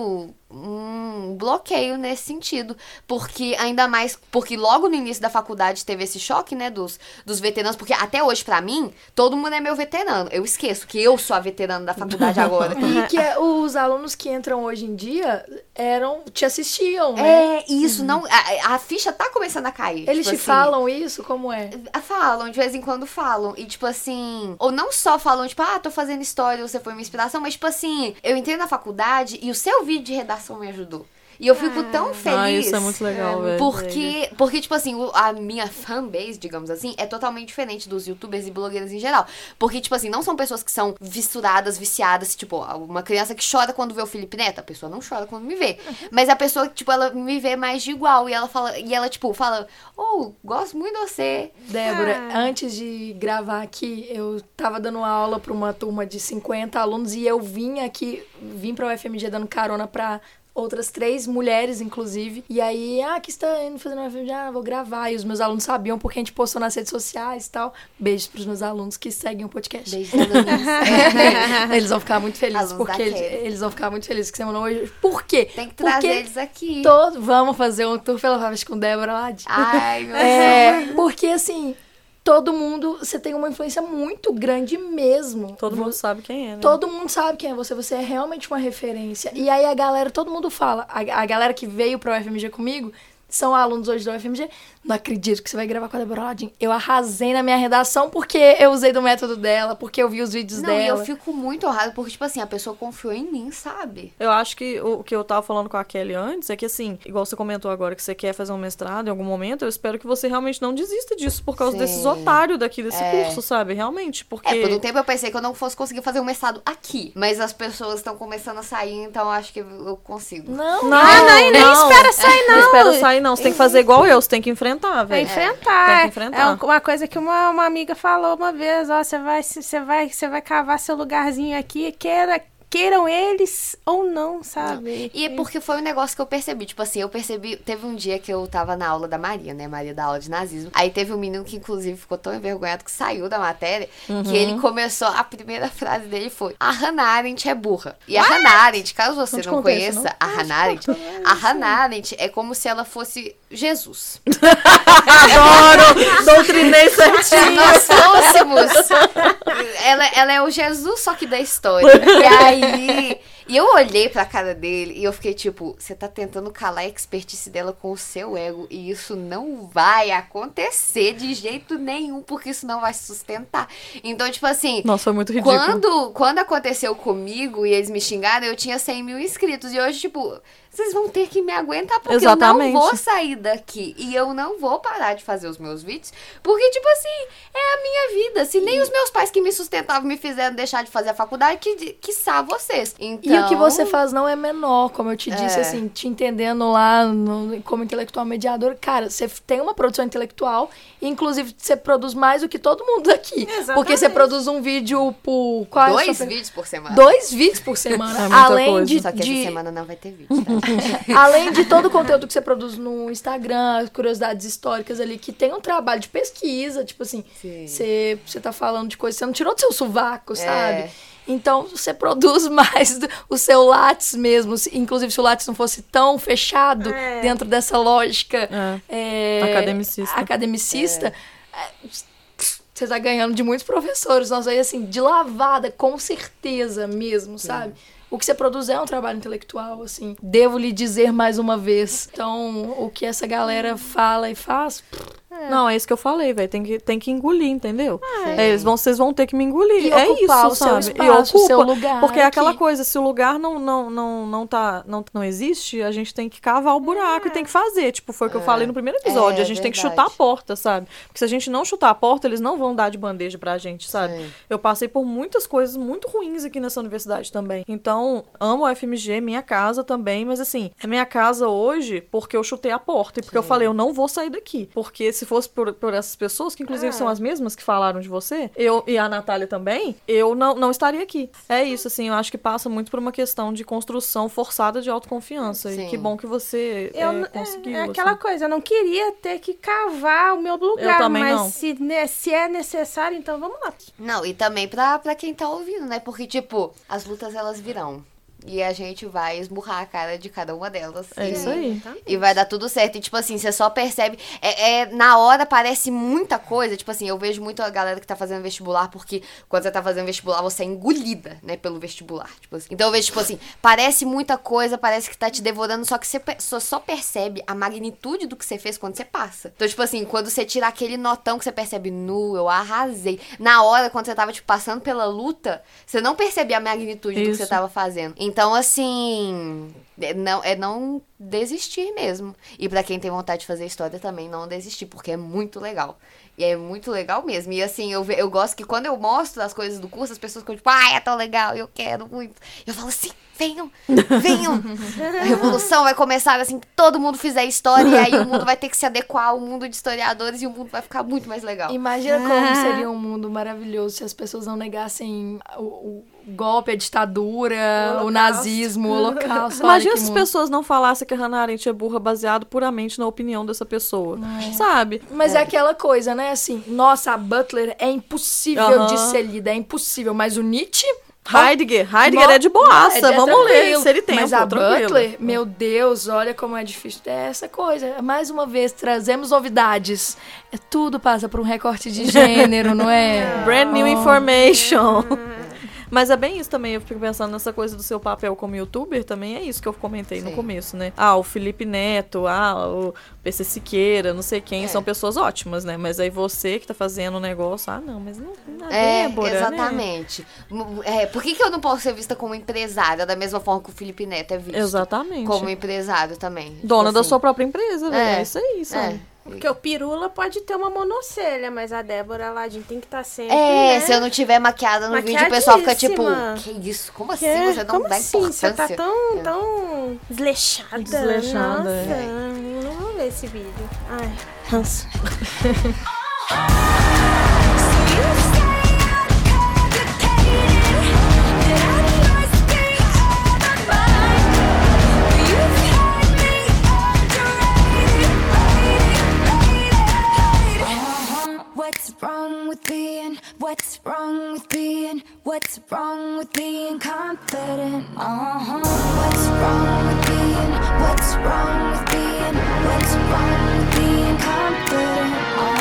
um bloqueio nesse sentido, porque ainda mais, porque logo no início da faculdade teve esse choque, né, dos, dos veteranos, porque até hoje pra mim, todo mundo é meu veterano, eu esqueço que eu sou a veterana da faculdade agora. E que é, os alunos que entram hoje em dia eram, te assistiam, né? É, isso, não, a, a ficha tá começando a cair. Eles tipo te assim, falam isso? Como é? falam, de vez em quando falam, e tipo assim, ou não só falam, tipo, ah, tô fazendo história, você foi minha inspiração, mas tipo assim, eu entrei na faculdade e o seu vídeo de redação me ajudou. E eu fico tão feliz. Ah, isso é muito legal, velho. Porque, porque, tipo assim, o- a minha fanbase, digamos assim, é totalmente diferente dos youtubers e blogueiras em geral. Porque, tipo assim, não são pessoas que são visturadas, viciadas. Tipo, uma criança que chora quando vê o Felipe Neto, a pessoa não chora quando me vê. Mas a pessoa, tipo, ela me vê mais de igual. E ela fala, e ela, tipo, fala, oh, gosto muito de você. Débora, Ah. antes de gravar aqui, eu tava dando aula pra uma turma de cinquenta alunos e eu vim aqui, vim pra U F M G dando carona pra outras três mulheres, inclusive. E aí, ah, que você tá indo fazendo U F M G? Ah, vou gravar. E os meus alunos sabiam porque a gente postou nas redes sociais e tal. Beijos pros meus alunos que seguem o podcast. Beijos, alunos. Eles vão ficar muito felizes, Alunos porque da eles, Kelly. eles vão ficar muito felizes que você mandou hoje. Por quê? Tem que Porque trazer eles aqui. todo- vamos fazer um tour pela Favas com Débora lá. de- Ai, meu É, porque assim, todo mundo, você tem uma influência muito grande mesmo. Todo mundo sabe quem é, né? Todo mundo sabe quem é você, você é realmente uma referência. E aí a galera, todo mundo fala, a, a galera que veio pra U F M G comigo, são alunos hoje da U F M G, não acredito que você vai gravar com a Débora Ladim. Eu arrasei na minha redação porque eu usei do método dela, porque eu vi os vídeos não, dela. E eu fico muito honrada porque, tipo assim, a pessoa confiou em mim, sabe? Eu acho que o que eu tava falando com a Kelly antes é que, assim, igual você comentou agora que você quer fazer um mestrado em algum momento, eu espero que você realmente não desista disso por causa Sim. desses otários daqui desse é. curso, sabe? Realmente, porque... É, por um tempo eu pensei que eu não fosse conseguir fazer um mestrado aqui, mas as pessoas estão começando a sair, então eu acho que eu consigo. Não, não, não, nem, nem espera sair, não. Não espera sair, não. Você tem que fazer igual eu, você tem que enfrentar, velho. É enfrentar. Tem que enfrentar. É uma coisa que uma, uma amiga falou uma vez, ó, você vai, você vai, você vai cavar seu lugarzinho aqui, queira, queiram eles ou não, sabe? Não. E é porque foi um negócio que eu percebi, tipo assim, eu percebi, teve um dia que eu tava na aula da Maria, né, Maria da aula de nazismo, aí teve um menino que inclusive ficou tão envergonhado que saiu da matéria, uhum. que ele começou, a primeira frase dele foi, a Hannah Arendt é burra. E a Hannah Arendt, caso você não, não conheça, não? a Hannah Arendt, a Hannah Arendt é como se ela fosse Jesus. Adoro! Doutrinei certinho. Nós fôssemos. Ela, ela é o Jesus, só que da história. E aí... E eu olhei pra cara dele e eu fiquei tipo, você tá tentando calar a expertise dela com o seu ego e isso não vai acontecer de jeito nenhum, porque isso não vai se sustentar. Então, tipo assim... Nossa, foi muito ridículo. Quando, quando aconteceu comigo e eles me xingaram, eu tinha cem mil inscritos. E hoje, tipo... Vocês vão ter que me aguentar, porque Exatamente. eu não vou sair daqui. E eu não vou parar de fazer os meus vídeos. Porque, tipo assim, é a minha vida. Se nem os meus pais que me sustentavam me fizeram deixar de fazer a faculdade, que, quiçá vocês. Então... E o que você faz não é menor, como eu te disse, é. assim, te entendendo lá no, como intelectual mediador. Cara, você tem uma produção intelectual, e inclusive você produz mais do que todo mundo aqui. Exatamente. Porque você produz um vídeo por... Qual Dois é sua... vídeos por semana. Dois vídeos por semana. É além coisa. de... Só que de... essa semana não vai ter vídeo, tá? Além de todo o conteúdo que você produz no Instagram, curiosidades históricas ali, que tem um trabalho de pesquisa, tipo assim, você, você tá falando de coisas que você não tirou do seu sovaco, sabe? É. Então, você produz mais do, o seu Lattes mesmo. Inclusive, se o Lattes não fosse tão fechado é. dentro dessa lógica é. É, academicista, academicista é. você tá ganhando de muitos professores. Nós aí, assim, de lavada, com certeza mesmo, sabe? Sim. O que você produz é um trabalho intelectual, assim. Devo lhe dizer mais uma vez. Então, o que essa galera fala e faz... É. Não, é isso que eu falei, velho. Tem que, tem que engolir, entendeu? É. É, eles vão, vocês vão ter que me engolir. E é ocupar isso, o sabe? seu espaço, e ocupa, o seu lugar. Porque é aquela aqui. coisa, se o lugar não, não, não, não, tá, não, não existe, a gente tem que cavar o buraco é. e tem que fazer. Tipo, foi o que é. eu falei no primeiro episódio. É, a gente verdade. tem que chutar a porta, sabe? Porque se a gente não chutar a porta, eles não vão dar de bandeja pra gente, sabe? Sim. Eu passei por muitas coisas muito ruins aqui nessa universidade também. Então, amo a U F M G, minha casa também, mas assim, é minha casa hoje porque eu chutei a porta e porque Sim. eu falei, eu não vou sair daqui. Porque se fosse por, por essas pessoas, que inclusive ah. são as mesmas que falaram de você, eu e a Natália também, eu não, não estaria aqui. É isso, assim, eu acho que passa muito por uma questão de construção forçada de autoconfiança. Sim. E que bom que você eu, é, conseguiu. É, é aquela assim. coisa, eu não queria ter que cavar o meu lugar, eu também mas não. Se, né, se é necessário, então vamos lá. Não, e também pra, pra quem tá ouvindo, né? Porque, tipo, as lutas, elas virão. E a gente vai esmurrar a cara de cada uma delas. É e, isso aí. E vai dar tudo certo. E, tipo assim, você só percebe... É, é, na hora parece muita coisa. Tipo assim, eu vejo muito a galera que tá fazendo vestibular, porque quando você tá fazendo vestibular, você é engolida, né, pelo vestibular. Tipo assim. Então eu vejo, tipo assim, parece muita coisa, parece que tá te devorando, só que você só, só percebe a magnitude do que você fez quando você passa. Então, tipo assim, quando você tira aquele notão que você percebe, nu, eu arrasei. Na hora, quando você tava, tipo, passando pela luta, você não percebia a magnitude Isso. do que você tava fazendo. Então, assim, é não, é não desistir mesmo. E pra quem tem vontade de fazer história também, não desistir, porque é muito legal. E é muito legal mesmo. E assim, eu, eu gosto que quando eu mostro as coisas do curso, as pessoas ficam tipo, ai, é tão legal, eu quero muito. Eu falo assim, venham, venham. A revolução vai começar assim, que todo mundo fizer história, e aí o mundo vai ter que se adequar ao mundo de historiadores e o mundo vai ficar muito mais legal. Imagina como seria um mundo maravilhoso se as pessoas não negassem o, o golpe, a ditadura, o, o nazismo, o holocausto. Imagina se as pessoas não falassem que a Hannah Arendt é burra baseado puramente na opinião dessa pessoa, é. sabe? Mas é. é aquela coisa, né? Assim, nossa, a Butler é impossível uhum. de ser lida, é impossível. Mas o Nietzsche... Heidegger, Heidegger Mo- é de boaça, é, é vamos ler, tranquilo. se ele tem Mas um a pouco, tranquilo. Butler, meu Deus, olha como é difícil. É essa coisa. Mais uma vez, trazemos novidades. É, tudo passa por um recorte de gênero, não é? Brand new information. Mas é bem isso também, eu fico pensando nessa coisa do seu papel como youtuber, também é isso que eu comentei Sim. no começo, né? Ah, o Felipe Neto, ah, o P C Siqueira, não sei quem, É. são pessoas ótimas, né? Mas aí você que tá fazendo o negócio, ah, não, mas não, não É, Débora, exatamente. M- É, por que, que eu não posso ser vista como empresária da mesma forma que o Felipe Neto é visto? né? Exatamente. Como empresário também. Dona Tipo da assim. sua própria empresa, velho. É, É. isso aí, sabe? É. Porque o Pirula pode ter uma monocelha, mas a Débora Ladin tem que estar sempre, É, né? se eu não tiver maquiada no vídeo, o pessoal fica tipo, Maquiadíssima. que isso? Como Que assim? é? Você não Como dá assim? importância? Você tá tão, tão desleixada. Desleixada, Nossa, é. não vou ver esse vídeo. Ai, ranço. What's wrong with being, what's wrong with being, what's wrong with being confident? Uh-huh. What's wrong with being, what's wrong with being, what's wrong with being confident?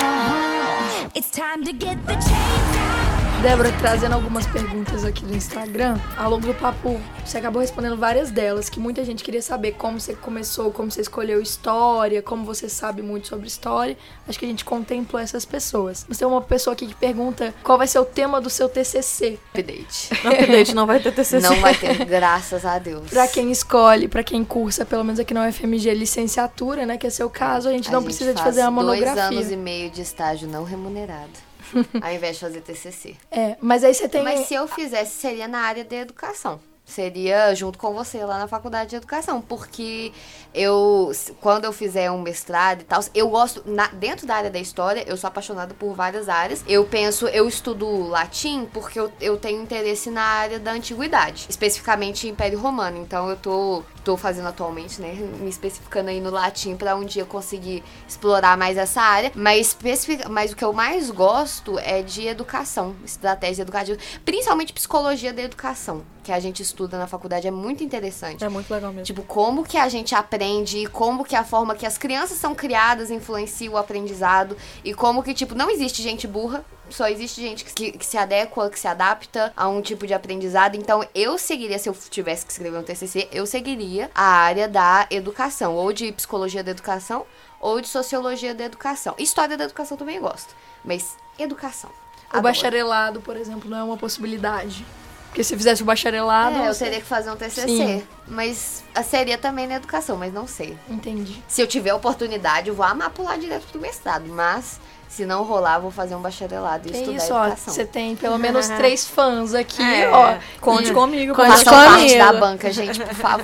Uh-huh. It's time to get the chains out. Débora, trazendo algumas perguntas aqui do Instagram. Ao longo do papo, você acabou respondendo várias delas, que muita gente queria saber como você começou, como você escolheu história, como você sabe muito sobre história. Acho que a gente contemplou essas pessoas. Mas tem uma pessoa aqui que pergunta qual vai ser o tema do seu T C C. Update. No update não vai ter T C C. Não vai ter, graças a Deus. Pra quem escolhe, pra quem cursa, pelo menos aqui na U F M G, licenciatura, né, que é seu caso, a gente não A gente precisa de faz fazer uma dois monografia. anos e meio de estágio não remunerado, ao invés de fazer T C C. É, mas aí você tem... Mas se eu fizesse, seria na área de educação. Seria junto com você lá na faculdade de educação, porque eu, quando eu fizer um mestrado e tal, eu gosto, na, dentro da área da história, eu sou apaixonada por várias áreas. Eu penso, eu estudo latim porque eu, eu tenho interesse na área da antiguidade, especificamente Império Romano. Então eu tô, tô fazendo atualmente, né, me especificando aí no latim pra um dia conseguir explorar mais essa área. Mas, especific, mas o que eu mais gosto é de educação, estratégia educativa, principalmente psicologia da educação, que a gente estuda na faculdade, é muito interessante. É muito legal mesmo. Tipo, como que a gente aprende, como que a forma que as crianças são criadas influencia o aprendizado, e como que, tipo, não existe gente burra, só existe gente que, que se adequa, que se adapta a um tipo de aprendizado. Então, eu seguiria, se eu tivesse que escrever um T C C, eu seguiria a área da educação, ou de psicologia da educação, ou de sociologia da educação. História da educação também eu gosto, mas educação. O Adoro. bacharelado, por exemplo, não é uma possibilidade. Porque se fizesse o bacharelado... É, eu você- teria que fazer um T C C. Sim. Mas seria também na educação, mas não sei. Entendi. Se eu tiver oportunidade, eu vou amar pular direto pro mestrado. Mas, se não rolar, eu vou fazer um bacharelado e Tem estudar isso, ó. educação. Você tem pelo menos três fãs aqui, É. ó. Conte comigo. Conte pra Façam comigo. parte da banca, gente, por favor.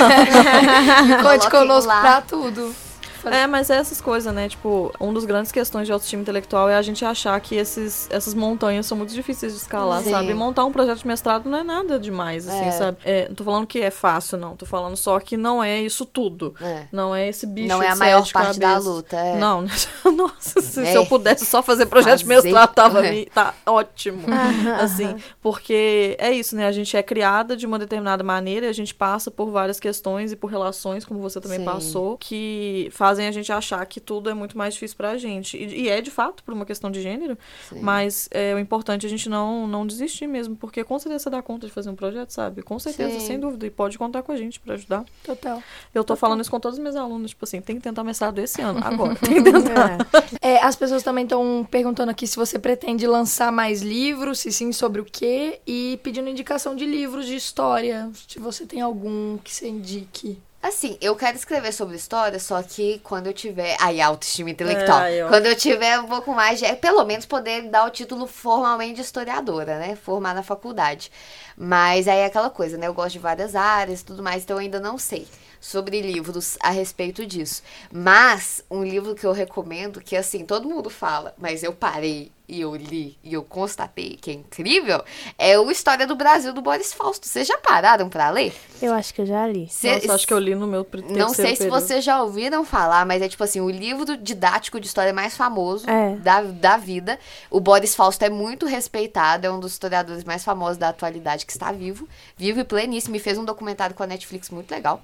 Conte Coloquem conosco lá. pra tudo. É, mas é essas coisas, né? Tipo, um dos grandes questões de autoestima intelectual é a gente achar que esses, essas montanhas são muito difíceis de escalar, Sim. sabe? E montar um projeto de mestrado não é nada demais, assim, É. sabe? É, não tô falando que é fácil, não. Tô falando só que não é isso tudo. É. Não é esse bicho Não é de a maior sete parte da cabeças. luta, é. Não, nossa, se, É. se eu pudesse só fazer projeto de Fazer. mestrado, tava É. me- tá ótimo. Assim, porque é isso, né? A gente é criada de uma determinada maneira e a gente passa por várias questões e por relações, como você também Sim. passou, que fazem a gente achar que tudo é muito mais difícil pra gente. E, e é, de fato, por uma questão de gênero, Sim. mas é o importante a gente não, não desistir mesmo, porque com certeza você dá conta de fazer um projeto, sabe? Com certeza, Sim. sem dúvida. E pode contar com a gente pra ajudar. Total. Eu tô falando isso com todos os meus alunos, tipo assim, tem que tentar mestrado esse ano, agora. Tem que tentar. É, as pessoas também estão perguntando aqui se você pretende lançar mais livros, se sim, sobre o quê, e pedindo indicação de livros de história, se você tem algum que você indique. Assim, eu quero escrever sobre história, só que quando eu tiver... Aí, autoestima intelectual. É, aí, ó. Quando eu tiver um pouco mais de... Pelo menos poder dar o título formalmente de historiadora, né? Formar na faculdade. Mas aí é aquela coisa, né? Eu gosto de várias áreas e tudo mais, então eu ainda não sei sobre livros a respeito disso. Mas, um livro que eu recomendo, que assim, todo mundo fala, mas eu parei e eu li, e eu constatei que é incrível, é o História do Brasil do Boris Fausto. Vocês já pararam pra ler? Eu acho que eu já li. Cê, Nossa, acho que eu li no meu terceiro Não sei se período. vocês já ouviram falar, mas é tipo assim, o livro didático de história mais famoso É. da, da vida. O Boris Fausto é muito respeitado, é um dos historiadores mais famosos da atualidade que está vivo. Vivo e pleníssimo, e fez um documentário com a Netflix muito legal.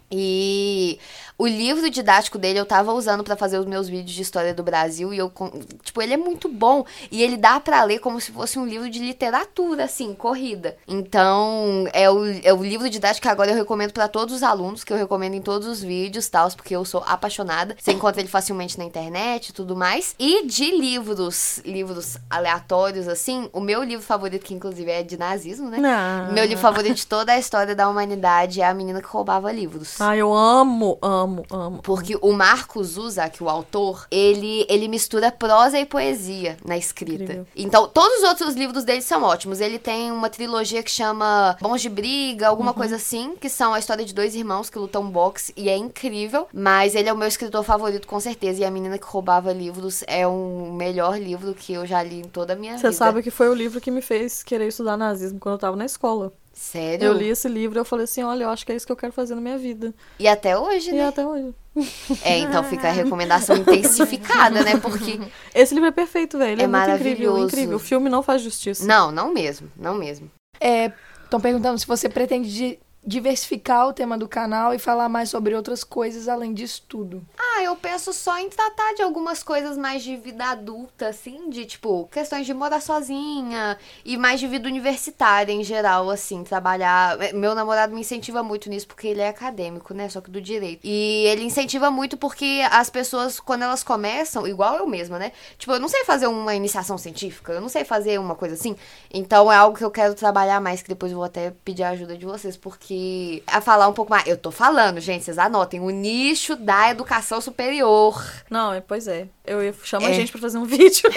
E o livro didático dele eu tava usando pra fazer os meus vídeos de história do Brasil, e eu, tipo, ele é muito bom, e ele dá pra ler como se fosse um livro de literatura, assim, corrida. Então, é o, é o livro didático que agora eu recomendo pra todos os alunos, que eu recomendo em todos os vídeos, tal, porque eu sou apaixonada. Você encontra ele facilmente na internet e tudo mais. E de livros, livros aleatórios, assim, o meu livro favorito, que inclusive é de nazismo, né? Não. Meu livro favorito de toda a história da humanidade é A Menina que Roubava Livros. Ah, eu amo, amo, amo. Porque o Marcos Zusak, o autor, ele, ele mistura prosa e poesia na escrita. Incrível. Então, todos os outros livros dele são ótimos. Ele tem uma trilogia que chama Bons de Briga, alguma coisa assim, que são a história de dois irmãos que lutam boxe, e é incrível. Mas ele é o meu escritor favorito, com certeza. E A Menina que Roubava Livros é o melhor livro que eu já li em toda a minha Você vida. sabe que foi o livro que me fez querer estudar nazismo quando eu tava na escola. Sério? Eu li esse livro e eu falei assim, olha, eu acho que é isso que eu quero fazer na minha vida. E até hoje, E né? até hoje. É, então fica a recomendação intensificada, né? Porque... Esse livro é perfeito, velho. Ele É é, muito incrível, maravilhoso. incrível. O filme não faz justiça. Não, não mesmo. Não mesmo. Estão perguntando se você pretende di- diversificar o tema do canal e falar mais sobre outras coisas além disso tudo. Ah, eu penso só em tratar de algumas coisas mais de vida adulta, assim, de, tipo, questões de morar sozinha e mais de vida universitária em geral, assim, trabalhar... Meu namorado me incentiva muito nisso porque ele é acadêmico, né, só que do direito. E ele incentiva muito porque as pessoas, quando elas começam, igual eu mesma, né, tipo, eu não sei fazer uma iniciação científica, eu não sei fazer uma coisa assim, então é algo que eu quero trabalhar mais, que depois eu vou até pedir a ajuda de vocês, porque a falar um pouco mais... Eu tô falando, gente, vocês anotem. O nicho da educação superior. Não, é, pois é. Eu ia chamar É. a gente pra fazer um vídeo.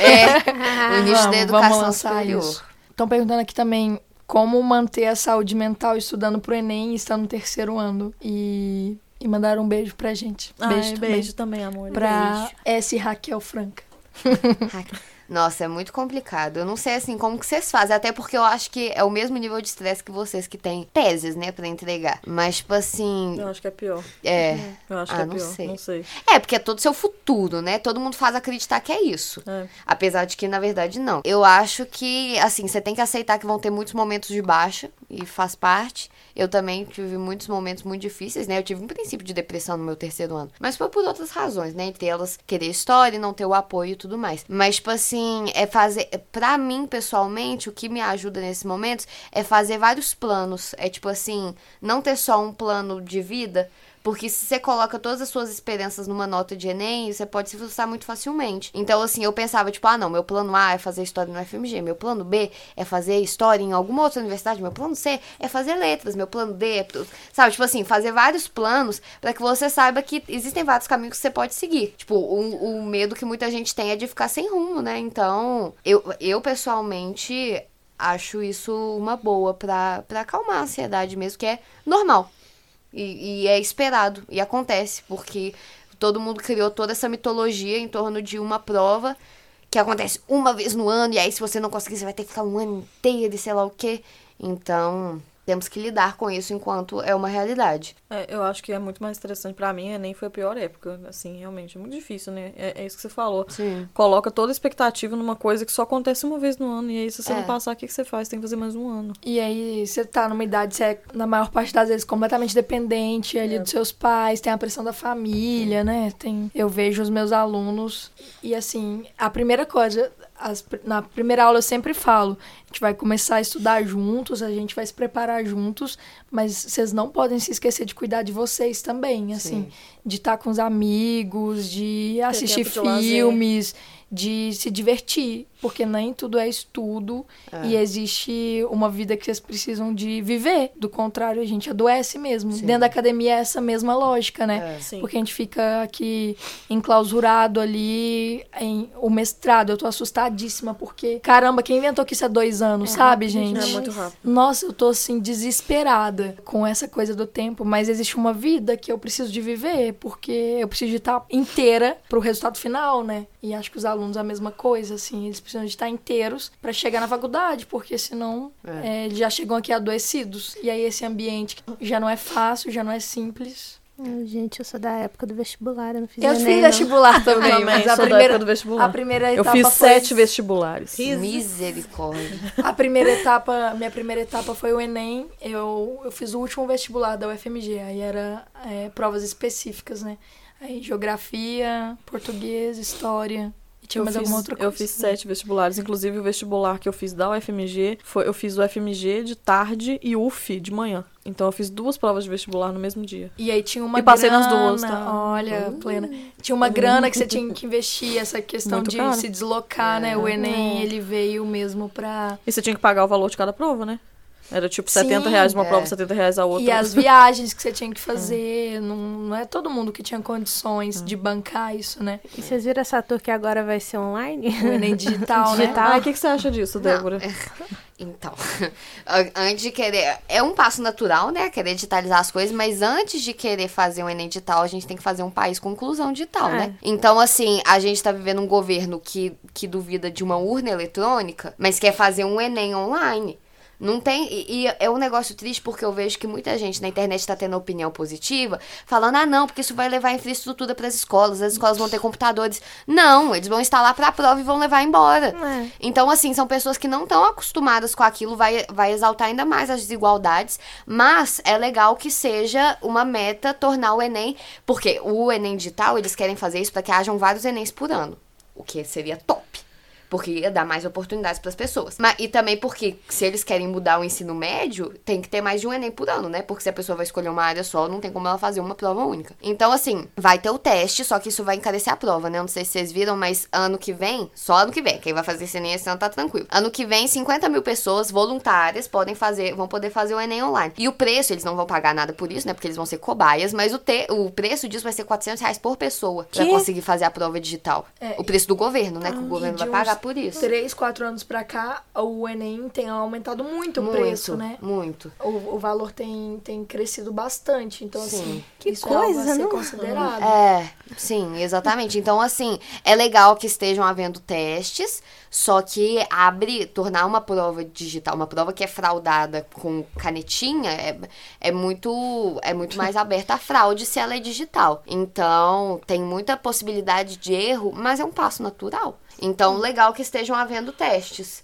É, o nicho da Vamos- educação vamos lançar superior. isso. Estão perguntando aqui também como manter a saúde mental estudando pro Enem e estando no terceiro ano. E, e mandaram um beijo pra gente. Ai, Beijo também. beijo também, amor. Pra S. Raquel Franca. Nossa, é muito complicado. Eu não sei, assim, como que vocês fazem. Até porque eu acho que é o mesmo nível de estresse que vocês que têm teses, né, pra entregar. Mas, tipo assim... Eu acho que é pior. É... Eu acho Ah, que é não pior. sei. Não sei. É, porque é todo seu futuro, né? Todo mundo faz acreditar que é isso. É. Apesar de que, na verdade, não. Eu acho que, assim, você tem que aceitar que vão ter muitos momentos de baixa. E faz parte. Eu também tive muitos momentos muito difíceis, né? Eu tive um princípio de depressão no meu terceiro ano. Mas foi por outras razões, né? Entre elas, querer história, não ter o apoio e tudo mais. Mas, tipo assim, é fazer... Pra mim, pessoalmente, o que me ajuda nesses momentos é fazer vários planos. É, tipo assim, não ter só um plano de vida... Porque se você coloca todas as suas esperanças numa nota de Enem, você pode se frustrar muito facilmente. Então, assim, eu pensava, tipo, ah, não, meu plano A é fazer história no F M G, meu plano B é fazer história em alguma outra universidade, meu plano C é fazer letras, meu plano D é... Sabe, tipo assim, fazer vários planos pra que você saiba que existem vários caminhos que você pode seguir. Tipo, o, o medo que muita gente tem é de ficar sem rumo, né? Então, eu, eu pessoalmente acho isso uma boa pra, pra acalmar a ansiedade mesmo, que é normal. E, e é esperado, e acontece, porque todo mundo criou toda essa mitologia em torno de uma prova que acontece uma vez no ano, e aí se você não conseguir, você vai ter que ficar um ano inteiro e sei lá o quê. Então, temos que lidar com isso enquanto é uma realidade. É, eu acho que é muito mais interessante pra mim, Enem foi a pior época, assim, realmente, é muito difícil, né? É, é isso que você falou. Sim. Coloca toda a expectativa numa coisa que só acontece uma vez no ano, e aí se você É. não passar, o que, que você faz? Tem que fazer mais um ano. E aí você tá numa idade, você é, na maior parte das vezes, completamente dependente ali dos seus pais, tem a pressão da família, né? Tem, eu vejo os meus alunos e, assim, a primeira coisa... As, na primeira aula eu sempre falo, a gente vai começar a estudar juntos, a gente vai se preparar juntos, mas vocês não podem se esquecer de cuidar de vocês também, assim, Sim. de estar com os amigos, de assistir tempo de lazer. filmes, de se divertir, porque nem tudo é estudo e existe uma vida que vocês precisam de viver, do contrário a gente adoece mesmo. Sim. Dentro da academia é essa mesma lógica, né? É. Sim. Porque a gente fica aqui enclausurado ali em o mestrado. Eu tô assustadíssima porque, caramba, quem inventou que isso há dois anos, sabe, gente? É muito rápido. Nossa, eu tô assim desesperada com essa coisa do tempo, mas existe uma vida que eu preciso de viver, porque eu preciso de estar inteira pro resultado final, né? E acho que os alunos a mesma coisa, assim, eles precisam de estar inteiros para chegar na faculdade, porque senão é. É, eles já chegam aqui adoecidos. E aí esse ambiente já não é fácil, já não é simples. Ai, gente, eu sou da época do vestibular, eu não fiz Eu Enem, fiz não. vestibular também, Eu mas também a sou da primeira, época do vestibular. a primeira Eu etapa fiz foi... sete vestibulares. Misericórdia. A primeira etapa, minha primeira etapa foi o Enem. Eu, eu fiz o último vestibular da U F M G, aí era é, provas específicas, né? Aí geografia, português, história... Tinha Eu mais fiz, alguma outra coisa? eu fiz sete vestibulares, inclusive o vestibular que eu fiz da U F M G, foi, eu fiz o U F M G de tarde e U F de manhã. Então eu fiz duas provas de vestibular no mesmo dia. E aí tinha uma e passei grana, nas duas, tá? Olha, plena. Tinha uma grana que você tinha que investir, essa questão Muito de caro. se deslocar, É. né? O Enem, ele veio mesmo pra... E você tinha que pagar o valor de cada prova, né? Era tipo Sim, setenta reais uma é. prova, setenta reais a outra. E as viagens que você tinha que fazer, não, não é todo mundo que tinha condições de bancar isso, né? E vocês viram essa tour que agora vai ser online? O Enem digital, né? Digital. Ah, o que, que você acha disso, Débora? Então, antes de querer... É um passo natural, né? Querer digitalizar as coisas, mas antes de querer fazer um Enem digital, a gente tem que fazer um país com inclusão digital, É. né? Então, assim, a gente tá vivendo um governo que, que duvida de uma urna eletrônica, mas quer fazer um Enem online. Não tem... E, e é um negócio triste porque eu vejo que muita gente na internet tá tendo opinião positiva, falando, ah, não, porque isso vai levar infraestrutura pras escolas, as escolas vão ter computadores. Não, eles vão instalar pra prova e vão levar embora. É. Então, assim, são pessoas que não estão acostumadas com aquilo, vai, vai exaltar ainda mais as desigualdades, mas é legal que seja uma meta tornar o Enem, porque o Enem digital, eles querem fazer isso para que hajam vários Enems por ano, o que seria top. Porque ia dar mais oportunidades para as pessoas. Mas, e também porque, se eles querem mudar o ensino médio, tem que ter mais de um Enem por ano, né? Porque se a pessoa vai escolher uma área só, não tem como ela fazer uma prova única. Então, assim, vai ter o teste, só que isso vai encarecer a prova, né? Eu não sei se vocês viram, mas ano que vem, só ano que vem, quem vai fazer esse Enem esse ano tá tranquilo. Ano que vem, cinquenta mil pessoas voluntárias podem fazer, vão poder fazer o Enem online. E o preço, eles não vão pagar nada por isso, né? Porque eles vão ser cobaias, mas o, te, o preço disso vai ser quatrocentos reais por pessoa pra Que? conseguir fazer a prova digital. É, o preço do governo, né? Que o governo de vai uns pagar por isso. Três, quatro anos pra cá, o Enem tem aumentado muito o Muito, preço, né? muito. O, o valor tem, tem crescido bastante. Então, Sim. assim, Que isso é algo coisa, a ser não? considerado. É, sim, exatamente. Então, assim, é legal que estejam havendo testes, só que abre, tornar uma prova digital, uma prova que é fraudada com canetinha, é, é, muito, é muito mais aberta a fraude se ela é digital. Então, tem muita possibilidade de erro, mas é um passo natural. Então, legal que estejam havendo testes.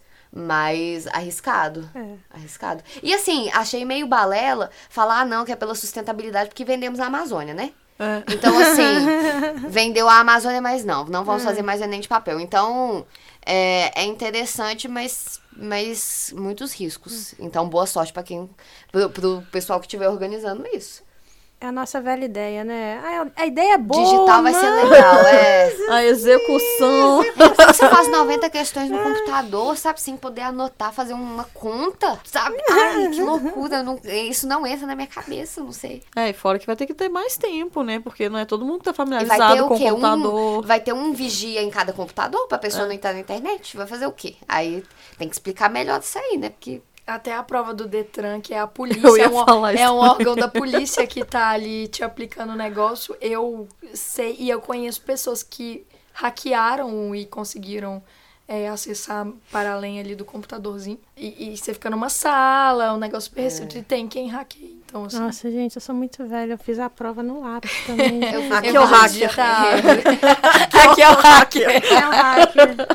Mas arriscado. É. Arriscado. E assim, achei meio balela falar, ah, não, que é pela sustentabilidade, porque vendemos a Amazônia, né? É. Então, assim, vendeu a Amazônia, mas não, não vamos fazer mais Enem de papel. Então, é, é interessante, mas, mas muitos riscos. Então, boa sorte para quem, pro, pro pessoal que estiver organizando isso. É a nossa velha ideia, né? A, a ideia é boa, Digital vai mas... ser legal, é. A execução. Você faz noventa questões no computador, sabe? Sem poder anotar, fazer uma conta, sabe? Ai, que loucura. Não, isso não entra na minha cabeça, não sei. É, e fora que vai ter que ter mais tempo, né? Porque não é todo mundo que tá E vai ter familiarizado o com o quê? computador. Um, vai ter um vigia em cada computador pra pessoa não entrar na internet? Vai fazer o quê? Aí tem que explicar melhor isso aí, né? Porque... Até a prova do Detran, que é a polícia, Eu ia é, um, falar isso é um também. órgão da polícia que tá ali te aplicando o negócio. Eu sei, e eu conheço pessoas que hackearam e conseguiram é, acessar para além ali do computadorzinho. E, e você fica numa sala, um negócio super restrito, e tem quem hackeia. Então, assim, Nossa, gente, eu sou muito velha. Eu fiz a prova no lápis também. Eu, Aqui eu é o vou hacker. digitar. Aqui é o hacker. É um hacker.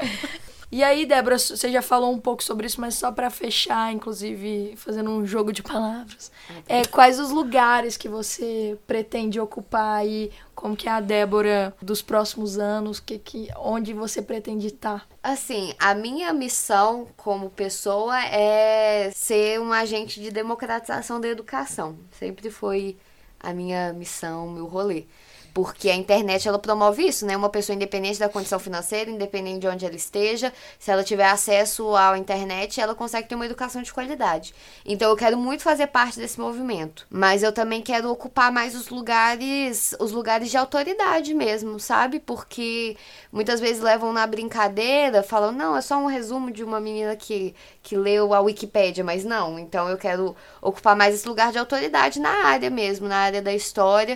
E aí, Débora, você já falou um pouco sobre isso, mas só pra fechar, inclusive, fazendo um jogo de palavras. É, quais os lugares que você pretende ocupar aí? Como que é a Débora dos próximos anos? Que, que, onde você pretende estar? Assim, a minha missão como pessoa é ser um agente de democratização da educação. Sempre foi a minha missão, meu rolê. Porque a internet, ela promove isso, né? Uma pessoa independente da condição financeira, independente de onde ela esteja, se ela tiver acesso à internet, ela consegue ter uma educação de qualidade. Então, eu quero muito fazer parte desse movimento. Mas eu também quero ocupar mais os lugares, os lugares de autoridade mesmo, sabe? Porque muitas vezes levam na brincadeira, falam, não, é só um resumo de uma menina que, que leu a Wikipédia, mas não. Então, eu quero ocupar mais esse lugar de autoridade na área mesmo, na área da história.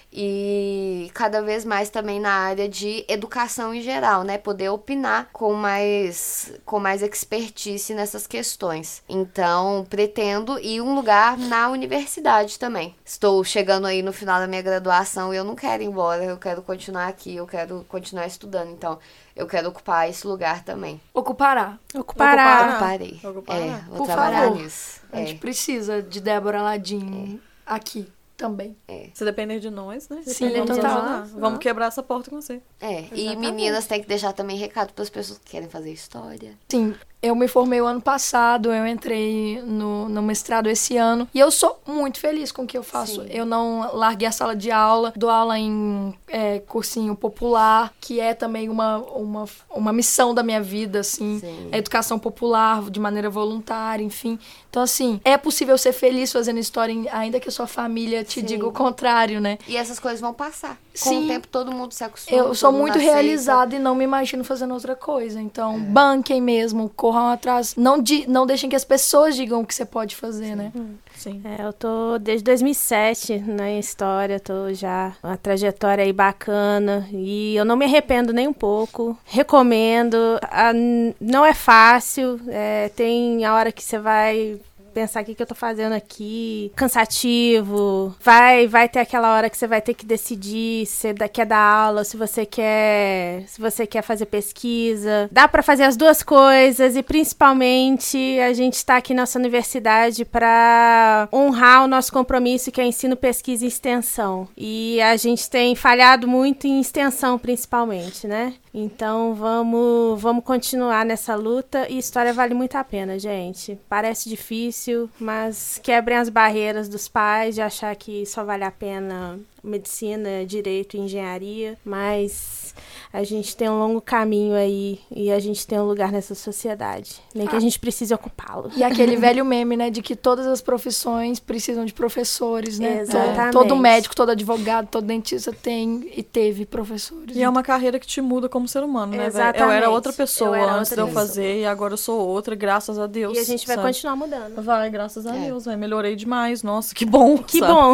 e cada vez mais também na área de educação em geral, né? Poder opinar com mais, com mais expertise nessas questões. Então, pretendo ir um lugar na universidade também. Estou chegando aí no final da minha graduação e eu não quero ir embora, eu quero continuar aqui, eu quero continuar estudando. Então, eu quero ocupar esse lugar também. Ocupará. Ocupará. Ocuparei. Ocupará. É, vou Por trabalhar favor. nisso. A gente É. precisa de Débora Ladim aqui também. Se depender de nós, né? Sim, Vamos total. ajudar. Vamos quebrar essa porta com você. É, e meninas têm que deixar também recado para as pessoas que querem fazer história. Sim, eu me formei o ano passado, eu entrei no, no mestrado esse ano e eu sou muito feliz com o que eu faço. Sim. Eu não larguei a sala de aula, dou aula em é, cursinho popular, que é também uma, uma, uma missão da minha vida, assim, Sim. a educação popular de maneira voluntária, enfim. Então, assim, é possível ser feliz fazendo história, ainda que a sua família te Sim. diga o contrário, né? E essas coisas vão passar. Com Sim. o tempo todo mundo se acostuma. Eu sou todo mundo muito aceita. realizada e não me imagino fazendo outra coisa. Então, banquem mesmo, corram atrás. Não, di- não deixem que as pessoas digam o que você pode fazer, né? Sim. É, eu tô desde dois mil e sete na história, tô já uma trajetória aí bacana e eu não me arrependo nem um pouco. Recomendo. A- não é fácil, é, tem a hora que você vai pensar o que, que eu tô fazendo aqui, cansativo, vai vai ter aquela hora que você vai ter que decidir se você quer dar aula, se você quer se você quer fazer pesquisa. Dá pra fazer as duas coisas e principalmente a gente tá aqui nessa universidade pra honrar o nosso compromisso, que é ensino, pesquisa e extensão. E a gente tem falhado muito em extensão, principalmente, né? Então vamos, vamos continuar nessa luta e história vale muito a pena, gente. Parece difícil, mas quebrem as barreiras dos pais de achar que só vale a pena medicina, direito e engenharia, mas a gente tem um longo caminho aí e a gente tem um lugar nessa sociedade, nem que a gente precise ocupá-lo. E aquele velho meme, né, de que todas as profissões precisam de professores, né? Exatamente. Todo médico, todo advogado, todo dentista tem e teve professores. E é uma carreira que te muda como ser humano, né, velho? Eu Exatamente. era outra pessoa Eu era antes outra de eu pessoa. fazer e agora eu sou outra, graças a Deus. E a gente vai sabe? continuar mudando. Vai, graças a É. Deus, vai. Melhorei demais. Nossa, que bom. Que sabe? bom!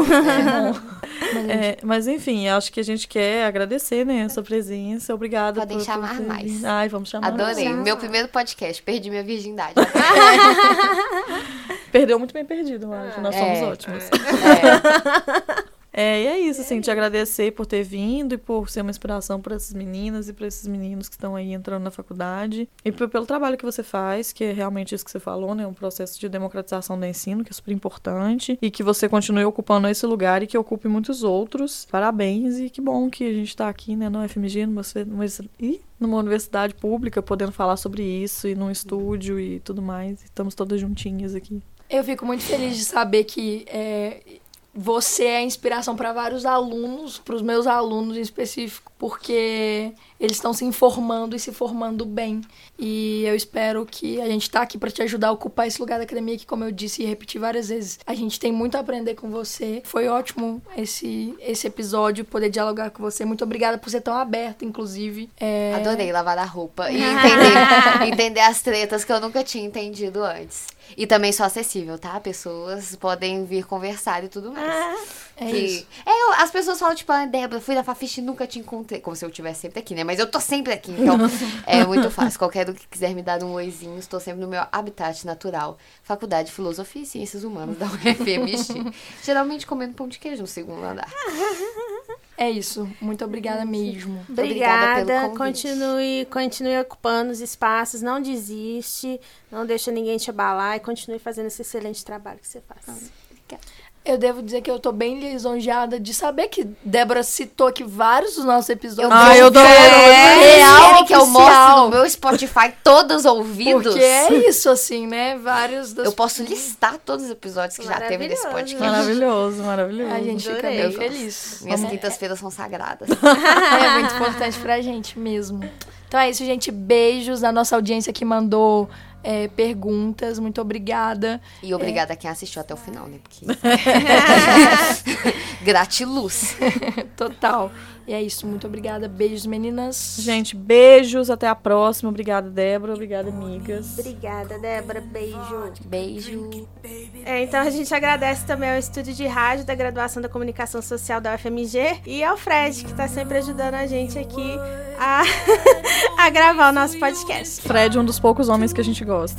É, mas enfim, acho que a gente quer agradecer, né, a sua presença. Obrigada Podem por, chamar por ter mais. vindo. Ai, vamos chamar Adorei. mais. Meu primeiro podcast. Perdi minha virgindade. Perdeu muito bem perdido, eu acho. Nós somos É. ótimos. É. É, e é isso, assim, te agradecer por ter vindo e por ser uma inspiração para essas meninas e para esses meninos que estão aí entrando na faculdade. E p- pelo trabalho que você faz, que é realmente isso que você falou, né? Um processo de democratização do ensino, que é super importante. E que você continue ocupando esse lugar e que ocupe muitos outros. Parabéns e que bom que a gente tá aqui, né, no F M G, numa, numa, e numa universidade pública, podendo falar sobre isso e num estúdio e tudo mais. E estamos todas juntinhas aqui. Eu fico muito feliz de saber que é, você é a inspiração para vários alunos, para os meus alunos em específico, porque eles estão se informando e se formando bem. E eu espero que a gente tá aqui para te ajudar a ocupar esse lugar da academia, que, como eu disse e repeti várias vezes, a gente tem muito a aprender com você. Foi ótimo esse, esse episódio, poder dialogar com você. Muito obrigada por ser tão aberta, inclusive. É... Adorei lavar a roupa e entender, entender as tretas que eu nunca tinha entendido antes. E também sou acessível, tá? Pessoas podem vir conversar e tudo mais. É que... isso. É, eu- as pessoas falam, tipo, ah, Débora, fui da Fafiche e nunca te encontrei. Como se eu estivesse sempre aqui, né? Mas eu tô sempre aqui, então é muito fácil. Qualquer um que quiser me dar um oizinho, estou sempre no meu habitat natural. Faculdade de Filosofia e Ciências Humanas da U F M X. Geralmente comendo pão de queijo no segundo andar. É isso. Muito obrigada mesmo. Obrigada Obrigada, pelo convite. continue, continue ocupando os espaços, não desiste, não deixa ninguém te abalar e continue fazendo esse excelente trabalho que você faz. Eu devo dizer que eu tô bem lisonjeada de saber que Débora citou aqui vários dos nossos episódios. Ah, eu dou- É, real Querem que eu mostre oficial. no meu Spotify todos ouvidos? Porque é isso, assim, né? Vários das... Eu posso listar todos os episódios que já teve nesse Maravilhoso. podcast. Maravilhoso, maravilhoso. A gente fica Adorei. bem Eu gosto. feliz. Minhas Vamos- quintas-feiras são sagradas. É muito importante pra gente mesmo. Então é isso, gente. Beijos à nossa audiência que mandou é, perguntas. Muito obrigada. E obrigada a quem assistiu até o final, né? Porque... Gratiluz. Total. E é isso, muito obrigada. Beijos, meninas. Gente, beijos, até a próxima. Obrigada, Débora. Obrigada, amigas. Obrigada, Débora. Beijo. Beijo. É, então a gente agradece também ao estúdio de rádio da graduação da Comunicação Social da U F M G e ao Fred, que tá sempre ajudando a gente aqui a, a gravar o nosso podcast. Fred é um dos poucos homens que a gente gosta.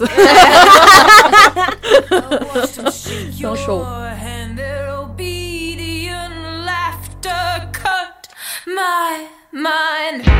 Então, show. My mind.